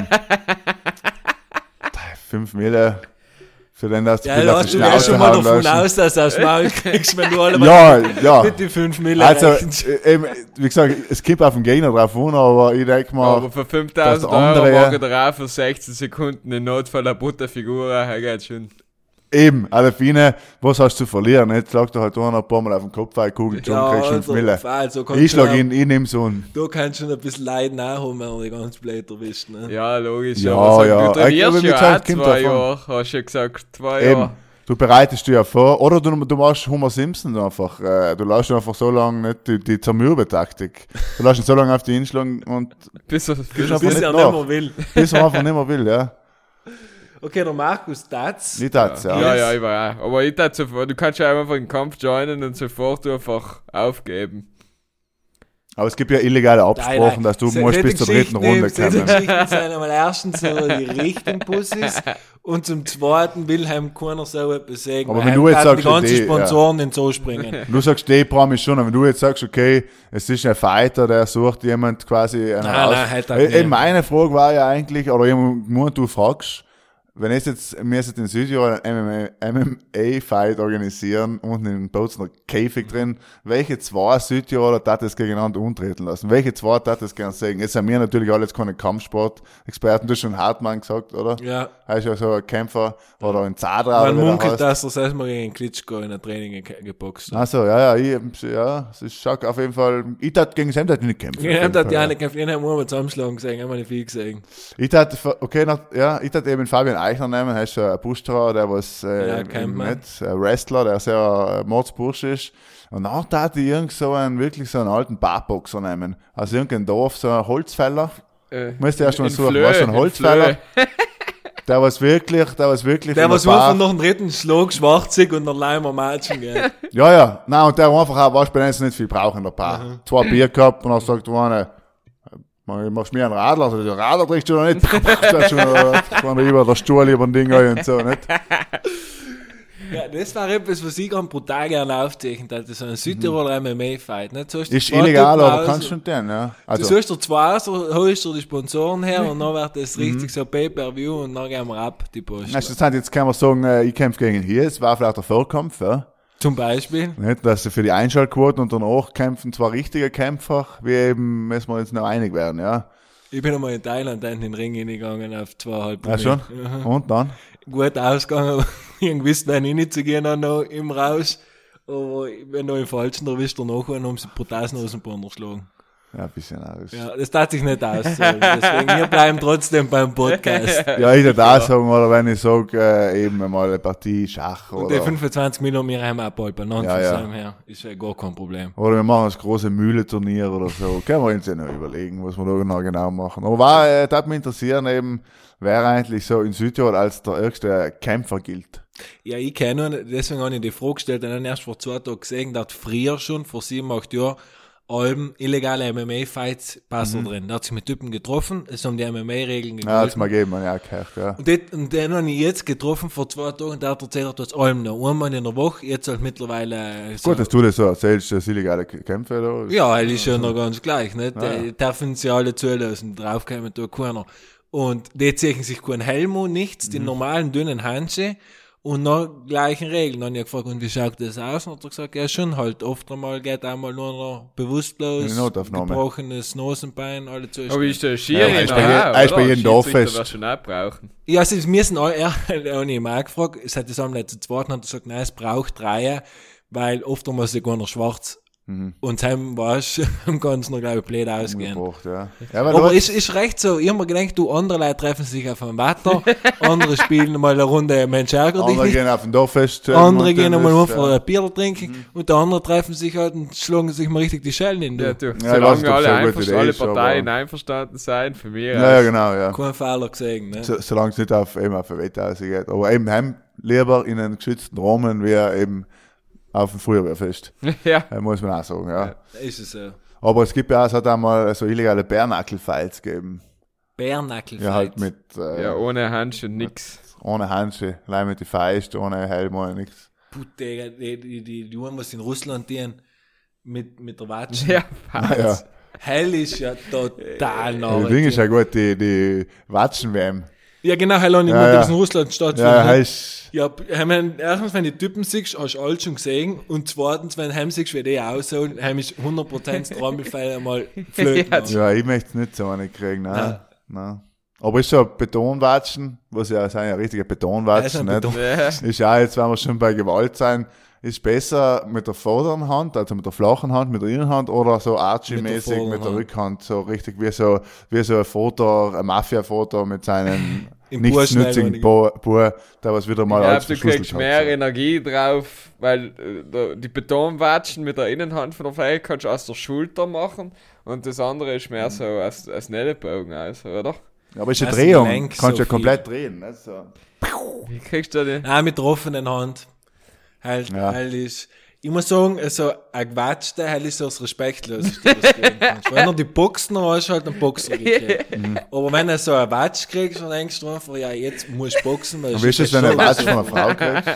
5 Mille, für den, dass du Ja, viel auf die du gehst schon mal Schnauze hauen davon lässt. aus, dass du aufs Maul kriegst, wenn du alle Ja. mit die 5 Mille Also, rechnest. eben, wie gesagt, es kommt auf den Gegner drauf an, aber ich denke mal, Aber für dass 5.000 der Euro andere- mache ich dir auch für 16 Sekunden in Notfall eine Butterfigur, er geht schon. eben, alle Fine, was hast du zu verlieren? Jetzt sagt er halt einer ein paar Mal auf den Kopf, ein Kugel, schon kriegst 5 Mille. Also Ich schlag ihn, ich nehme so einen. Du kannst schon ein bisschen Leid nachholen, wenn du die ganz blöd erwischt. Ne? Ja, logisch. Ja, aber ja. Du trainierst Aber wie ja gesagt, auch kommt 2 davon. Jahre, hast du ja gesagt, 2 Eben. Jahre. Du bereitest dich ja vor, oder du machst Homer Simpson einfach. Du lässt ihn einfach so lange nicht die Zermürbe-Taktik. Du lässt ihn so lange auf die hinschlagen und Bis einfach Bis nicht er nicht nach. mehr will. bis er einfach nicht mehr will, ja. Okay, der Markus Datz. Nicht das, ja. Ja, ich war auch. Aber ich dachte sofort, du kannst ja einfach den Kampf joinen und sofort einfach aufgeben. Aber es gibt ja illegale Absprachen, dass du musst bis zur dritten Runde Die kommen. Geschichten sind einmal erstens so die richtigen Pussys und zum zweiten will heim keiner so etwas sagen. Aber weil wenn du heim jetzt werden die sagst, ganzen die- Sponsoren nicht so springen. Du sagst, die Pram ist schon, wenn du jetzt sagst, okay, es ist ein Fighter, der sucht jemand quasi einen Nein, halt auch nicht. Meine Frage war ja eigentlich, oder jemand, du fragst, wenn wir jetzt in Südtirol einen MMA-Fight organisieren, unten in Bozner Käfig drin, welche 2 Südtiroler tat es gegeneinander untreten lassen? Welche 2 tat es gerne sagen? Jetzt sind wir natürlich alle jetzt keine Kampfsport-Experten, du hast schon Hartmann gesagt, oder? Ja. Er ist ja so ein Kämpfer, oder ein Zadra, Man oder wie der munkelt, heißt. dass er selbst mal gegen Klitschko in der Training geboxt hat. Achso, ja, es ist schon auf jeden Fall, ich tat gegen Sam nicht kämpfen. Ich auf jeden hab da Fall, die ja. eine Kämpfe, ich hab mal zusammenschlagen gesehen, hab mal nicht viel gesehen. Ich tat eben Fabian Eichner nehmen, hast du ein Busterer, der was kennt man. nicht, ein Wrestler, der sehr Mordsbursch ist. Und dann hat die irgend so einen, wirklich so einen alten Barboxer nehmen. Also irgendein Dorf, so ein Holzfäller. Musst du erst mal suchen, was so ein Holzfäller. Der was wirklich. Der was einfach nach dem dritten Schlag schwarzig und dann Leimer Matchen, gell. Ja. Nein, und der einfach auch, weißt du, bei denen nicht viel brauchen, der Paar. 2 Bier gehabt und dann sagt der eine, machst du mir einen Radler? Also, der Radler trinkst du noch nicht. Das ist schon über der Stuhl über ein Ding und so, nicht? Ja, das war etwas, was ich ganz brutal gerne aufzeichnen hatte. So ein Südtiroler MMA-Fight. Nicht? So ist illegal, aber kannst schon den, ja. Also. Du suchst dir zwei, so holst du die Sponsoren her und dann wird das richtig so Pay-Per-View und dann gehen wir ab, die Post. Jetzt kann man sagen, ich kämpfe gegen hier, es war vielleicht der Vorkampf, ja. Zum Beispiel. Nicht, dass sie für die Einschaltquoten und danach kämpfen zwar richtige Kämpfer, wie eben müssen wir uns noch einig werden, ja. Ich bin einmal in Thailand in den Ring hingegangen auf 2,5 Ja, schon? Und dann? Gut ausgegangen, irgendwie ist dann reinzugehen noch im Raus, aber wenn du im Falschen erwischt, danach haben sie Protasen aus dem Band geschlagen. Ja, ein bisschen aus. Ja, das tat sich nicht aus. Deswegen, wir bleiben trotzdem beim Podcast. Ja, ich würde auch sagen, oder wenn ich sage, eben mal eine Partie Schach und oder... die 25 Minuten wir haben auch bald beieinander ja. zusammen her. Ist ja gar kein Problem. Oder wir machen das große Mühle-Turnier oder so. Können wir uns ja noch überlegen, was wir da genau machen. Aber das mich interessieren eben, wer eigentlich so in Südtirol als der ärgste Kämpfer gilt. Ja, ich kenne ihn, deswegen habe ich die Frage gestellt, und dann erst vor 2 Tagen gesehen, dass früher schon, vor 7, 8 Jahren, Alben illegale MMA-Fights passen drin. Da hat sich mit Typen getroffen, es haben die MMA-Regeln gegeben. Ja, das mal gegeben, man ja gehört, ja. Und den habe ich jetzt getroffen vor 2 Tagen und der hat erzählt, dass Alben noch einmal in der Woche, jetzt halt mittlerweile... So. Gut, dass du das so erzählst, dass illegale Kämpfe da... Ja, das ist ja noch ganz gleich, nicht? Die dürfen sie alle zulassen, draufkommen da keiner. Und die ziehen sich keinen Helm und nichts, die normalen dünnen Handschuhe und noch gleichen Regeln. Dann habe ich gefragt, und wie schaut das aus? Und hat er gesagt, ja schon, halt oft einmal geht einmal nur noch bewusstlos, gebrochenes Nasenbein, alle Zustand. Aber ist der Schiri er ist bei jedem Dorf fest. Das schon auch brauchen. Ja, sie müssen alle, habe ich mal gefragt, es hat das einmal zu zweit, und hat gesagt, nein, es braucht 3, weil oft einmal ist gar noch schwarz. Und heim war es am Ganzen noch, glaube ich, blöd ausgehen. Aber ist recht so, ich habe mir gedacht, andere Leute treffen sich auf einem Wetter, andere spielen mal eine Runde Mensch ärger dich andere nicht. Gehen auf ein Dorffest. Andere gehen einmal einfach ein Bier trinken und der andere treffen sich halt und schlagen sich mal richtig die Schellen in. Ja, du. Solange alle Parteien einverstanden sein, für mich. Ja, genau, ja. Kein Fehler gesehen, ne? Solange es nicht auf ein Wette ausgeht. Aber eben heim lieber in einen geschützten Rahmen, wie eben auf dem Feuerwehrfest. Ja. Muss man auch sagen, ja. Ist es so. Aber es gibt ja, es hat auch mal so illegale Bärnackel-Fights gegeben. Bärnackel-Fights? Ja, halt mit... ohne Handschuhe nix. Ohne Handschuhe, allein mit die Feist, ohne Helm, ohne nix. Puh, Digga, die Jungen, was in Russland dienen, mit der Watschen. Ja, was? Hell ist ja total nah. Das Ding ist ja gut, die Watschen-WM. Ja, genau, hell nicht mehr, das in Russland stattfindet. Ja, heißt... Ja, ich meine, erstens, wenn die Typen siehst, hast du alles schon gesehen. Und zweitens, wenn du heim siehst, wie die aussehen, heim ist 100% das Trommelfell einmal flöten. Ja, ich möchte es nicht so eine kriegen, nein. Aber ist so ein Betonwatschen, was ja sind ja richtige Betonwatschen, nicht? Ist ja jetzt, wenn wir schon bei Gewalt sein, ist besser mit der vorderen Hand, also mit der flachen Hand, mit der Innenhand oder so Archie-mäßig mit der Rückhand, so richtig wie so ein Foto, ein Mafia-Foto mit seinen nichtsnützigen Bauer, der was wieder mal als du kriegst mehr Energie drauf, weil die Betonwatschen mit der Innenhand von der Fläche kannst du aus der Schulter machen und das andere ist mehr so als Nellenbogen aus, oder? Ja, aber ist eine Drehung, kannst du ja komplett drehen, nicht so. Wie kriegst du den? Nein, mit der offenen Hand. Halt ist, ich muss sagen, also ein Gewatschter, halt ist so das Respektloseste, was du kriegen kannst. Wenn du die Boxen hast, halt einen Boxer gekriegt. Aber wenn du so einen Watsch kriegst, dann denkst du einfach, ja, jetzt musst du boxen. Und wie ist das, wenn du einen Watsch von einer Frau kriegst?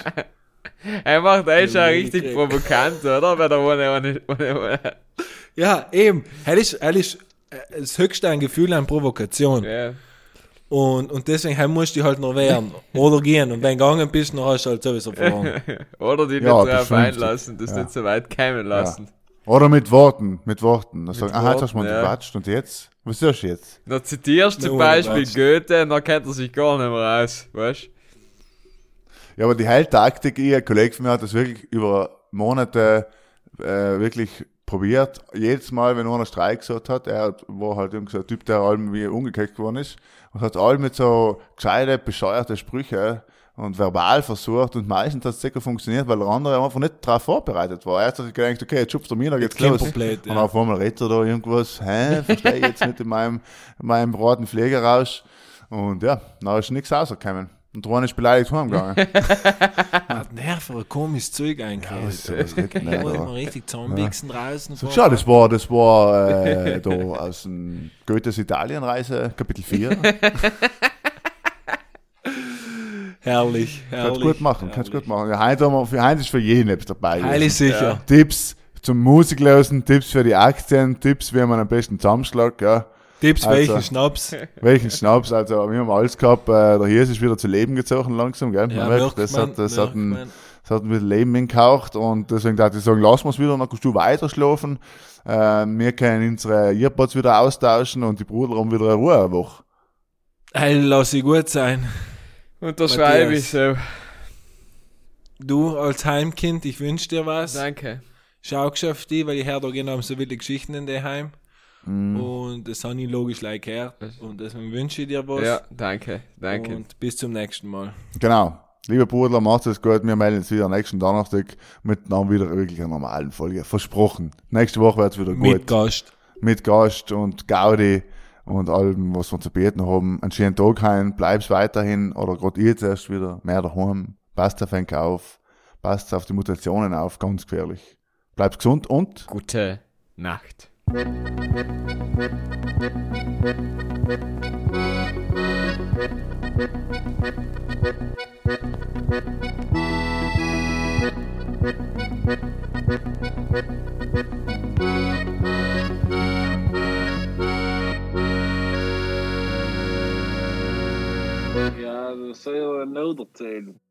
Er macht eigentlich schon richtig provokant, oder? Weil der ohne. Ja, eben. Halt ist das höchste ein Gefühl an Provokation. Ja. Und deswegen musst du dich halt noch wehren oder gehen. Und wenn du gegangen bist, dann hast du halt sowieso verloren. Oder die nicht drauf einlassen, das nicht so weit kommen lassen. Ja. Oder mit Worten. Dann sagen, jetzt hast du mal gequatscht und jetzt? Was sollst du jetzt? Dann zitierst du zum Beispiel Goethe und dann kennt er sich gar nicht mehr aus, weißt du? Ja, aber die Heiltaktik, ein Kollege von mir hat das wirklich über Monate wirklich probiert. Jedes Mal, wenn einer Streik gesagt hat, war halt irgendwie so ein Typ, der irgendwie umgekehrt geworden ist und hat alle mit so gescheite, bescheuerte Sprüche und verbal versucht und meistens hat es sicher funktioniert, weil der andere einfach nicht darauf vorbereitet war. Erst hat sich gedacht, okay, jetzt schubst du mir, da geht's los. Komplett, Und auf einmal redet er da irgendwas, verstehe ich jetzt nicht in meinem roten Fliegerrausch. Und ja, dann ist nichts rausgekommen. Und der eine ist beleidigt heimgegangen. Hat Nerven, ein komisches Zeug eingekriegt. Was redet denn Ich der wollte da? mal richtig zusammenwichsen draußen. So, schau, das war da aus dem Goethes Italienreise, Kapitel 4. Herrlich. Kannst gut machen. Ja, heute ist für jeden etwas dabei. Heilig sicher. Ja. Tipps zum Musiklösen, Tipps für die Aktien, Tipps, wie man am besten zusammenschlägt. Ja. Tipps, Also, welchen Schnaps? Welchen Schnaps? Also, wir haben alles gehabt. Der Hirs ist wieder zu Leben gezogen langsam. Gell? Ja, man merkt, das hat ein bisschen Leben ingehaucht. Und deswegen darf ich sagen, lassen wir es wieder, dann kannst du weiter schlafen. Wir können unsere Earpods wieder austauschen und die Brudel haben wieder eine Ruhewoche. Hey, lass ich gut sein. Unterschreibe ich so. Du als Heimkind, ich wünsche dir was. Danke. Schau auf die, weil ich höre da genau so viele Geschichten in der Heim. Und das habe ich logisch gehört. Und deswegen wünsche ich dir was. Ja, danke. Und bis zum nächsten Mal. Genau. Liebe Brudler, macht es gut. Wir melden uns wieder nächsten Donnerstag mit dann wieder wirklich einer normalen Folge. Versprochen. Nächste Woche wird es wieder gut. Mit Gast und Gaudi und allem, was wir zu bieten haben. Einen schönen Tag heim. Bleib's weiterhin. Oder gerade ihr zuerst wieder mehr daheim. Passt auf den auf. Passt auf die Mutationen auf. Ganz gefährlich. Bleib's gesund und gute Nacht. Ja, dat zou je wel nodig zijn.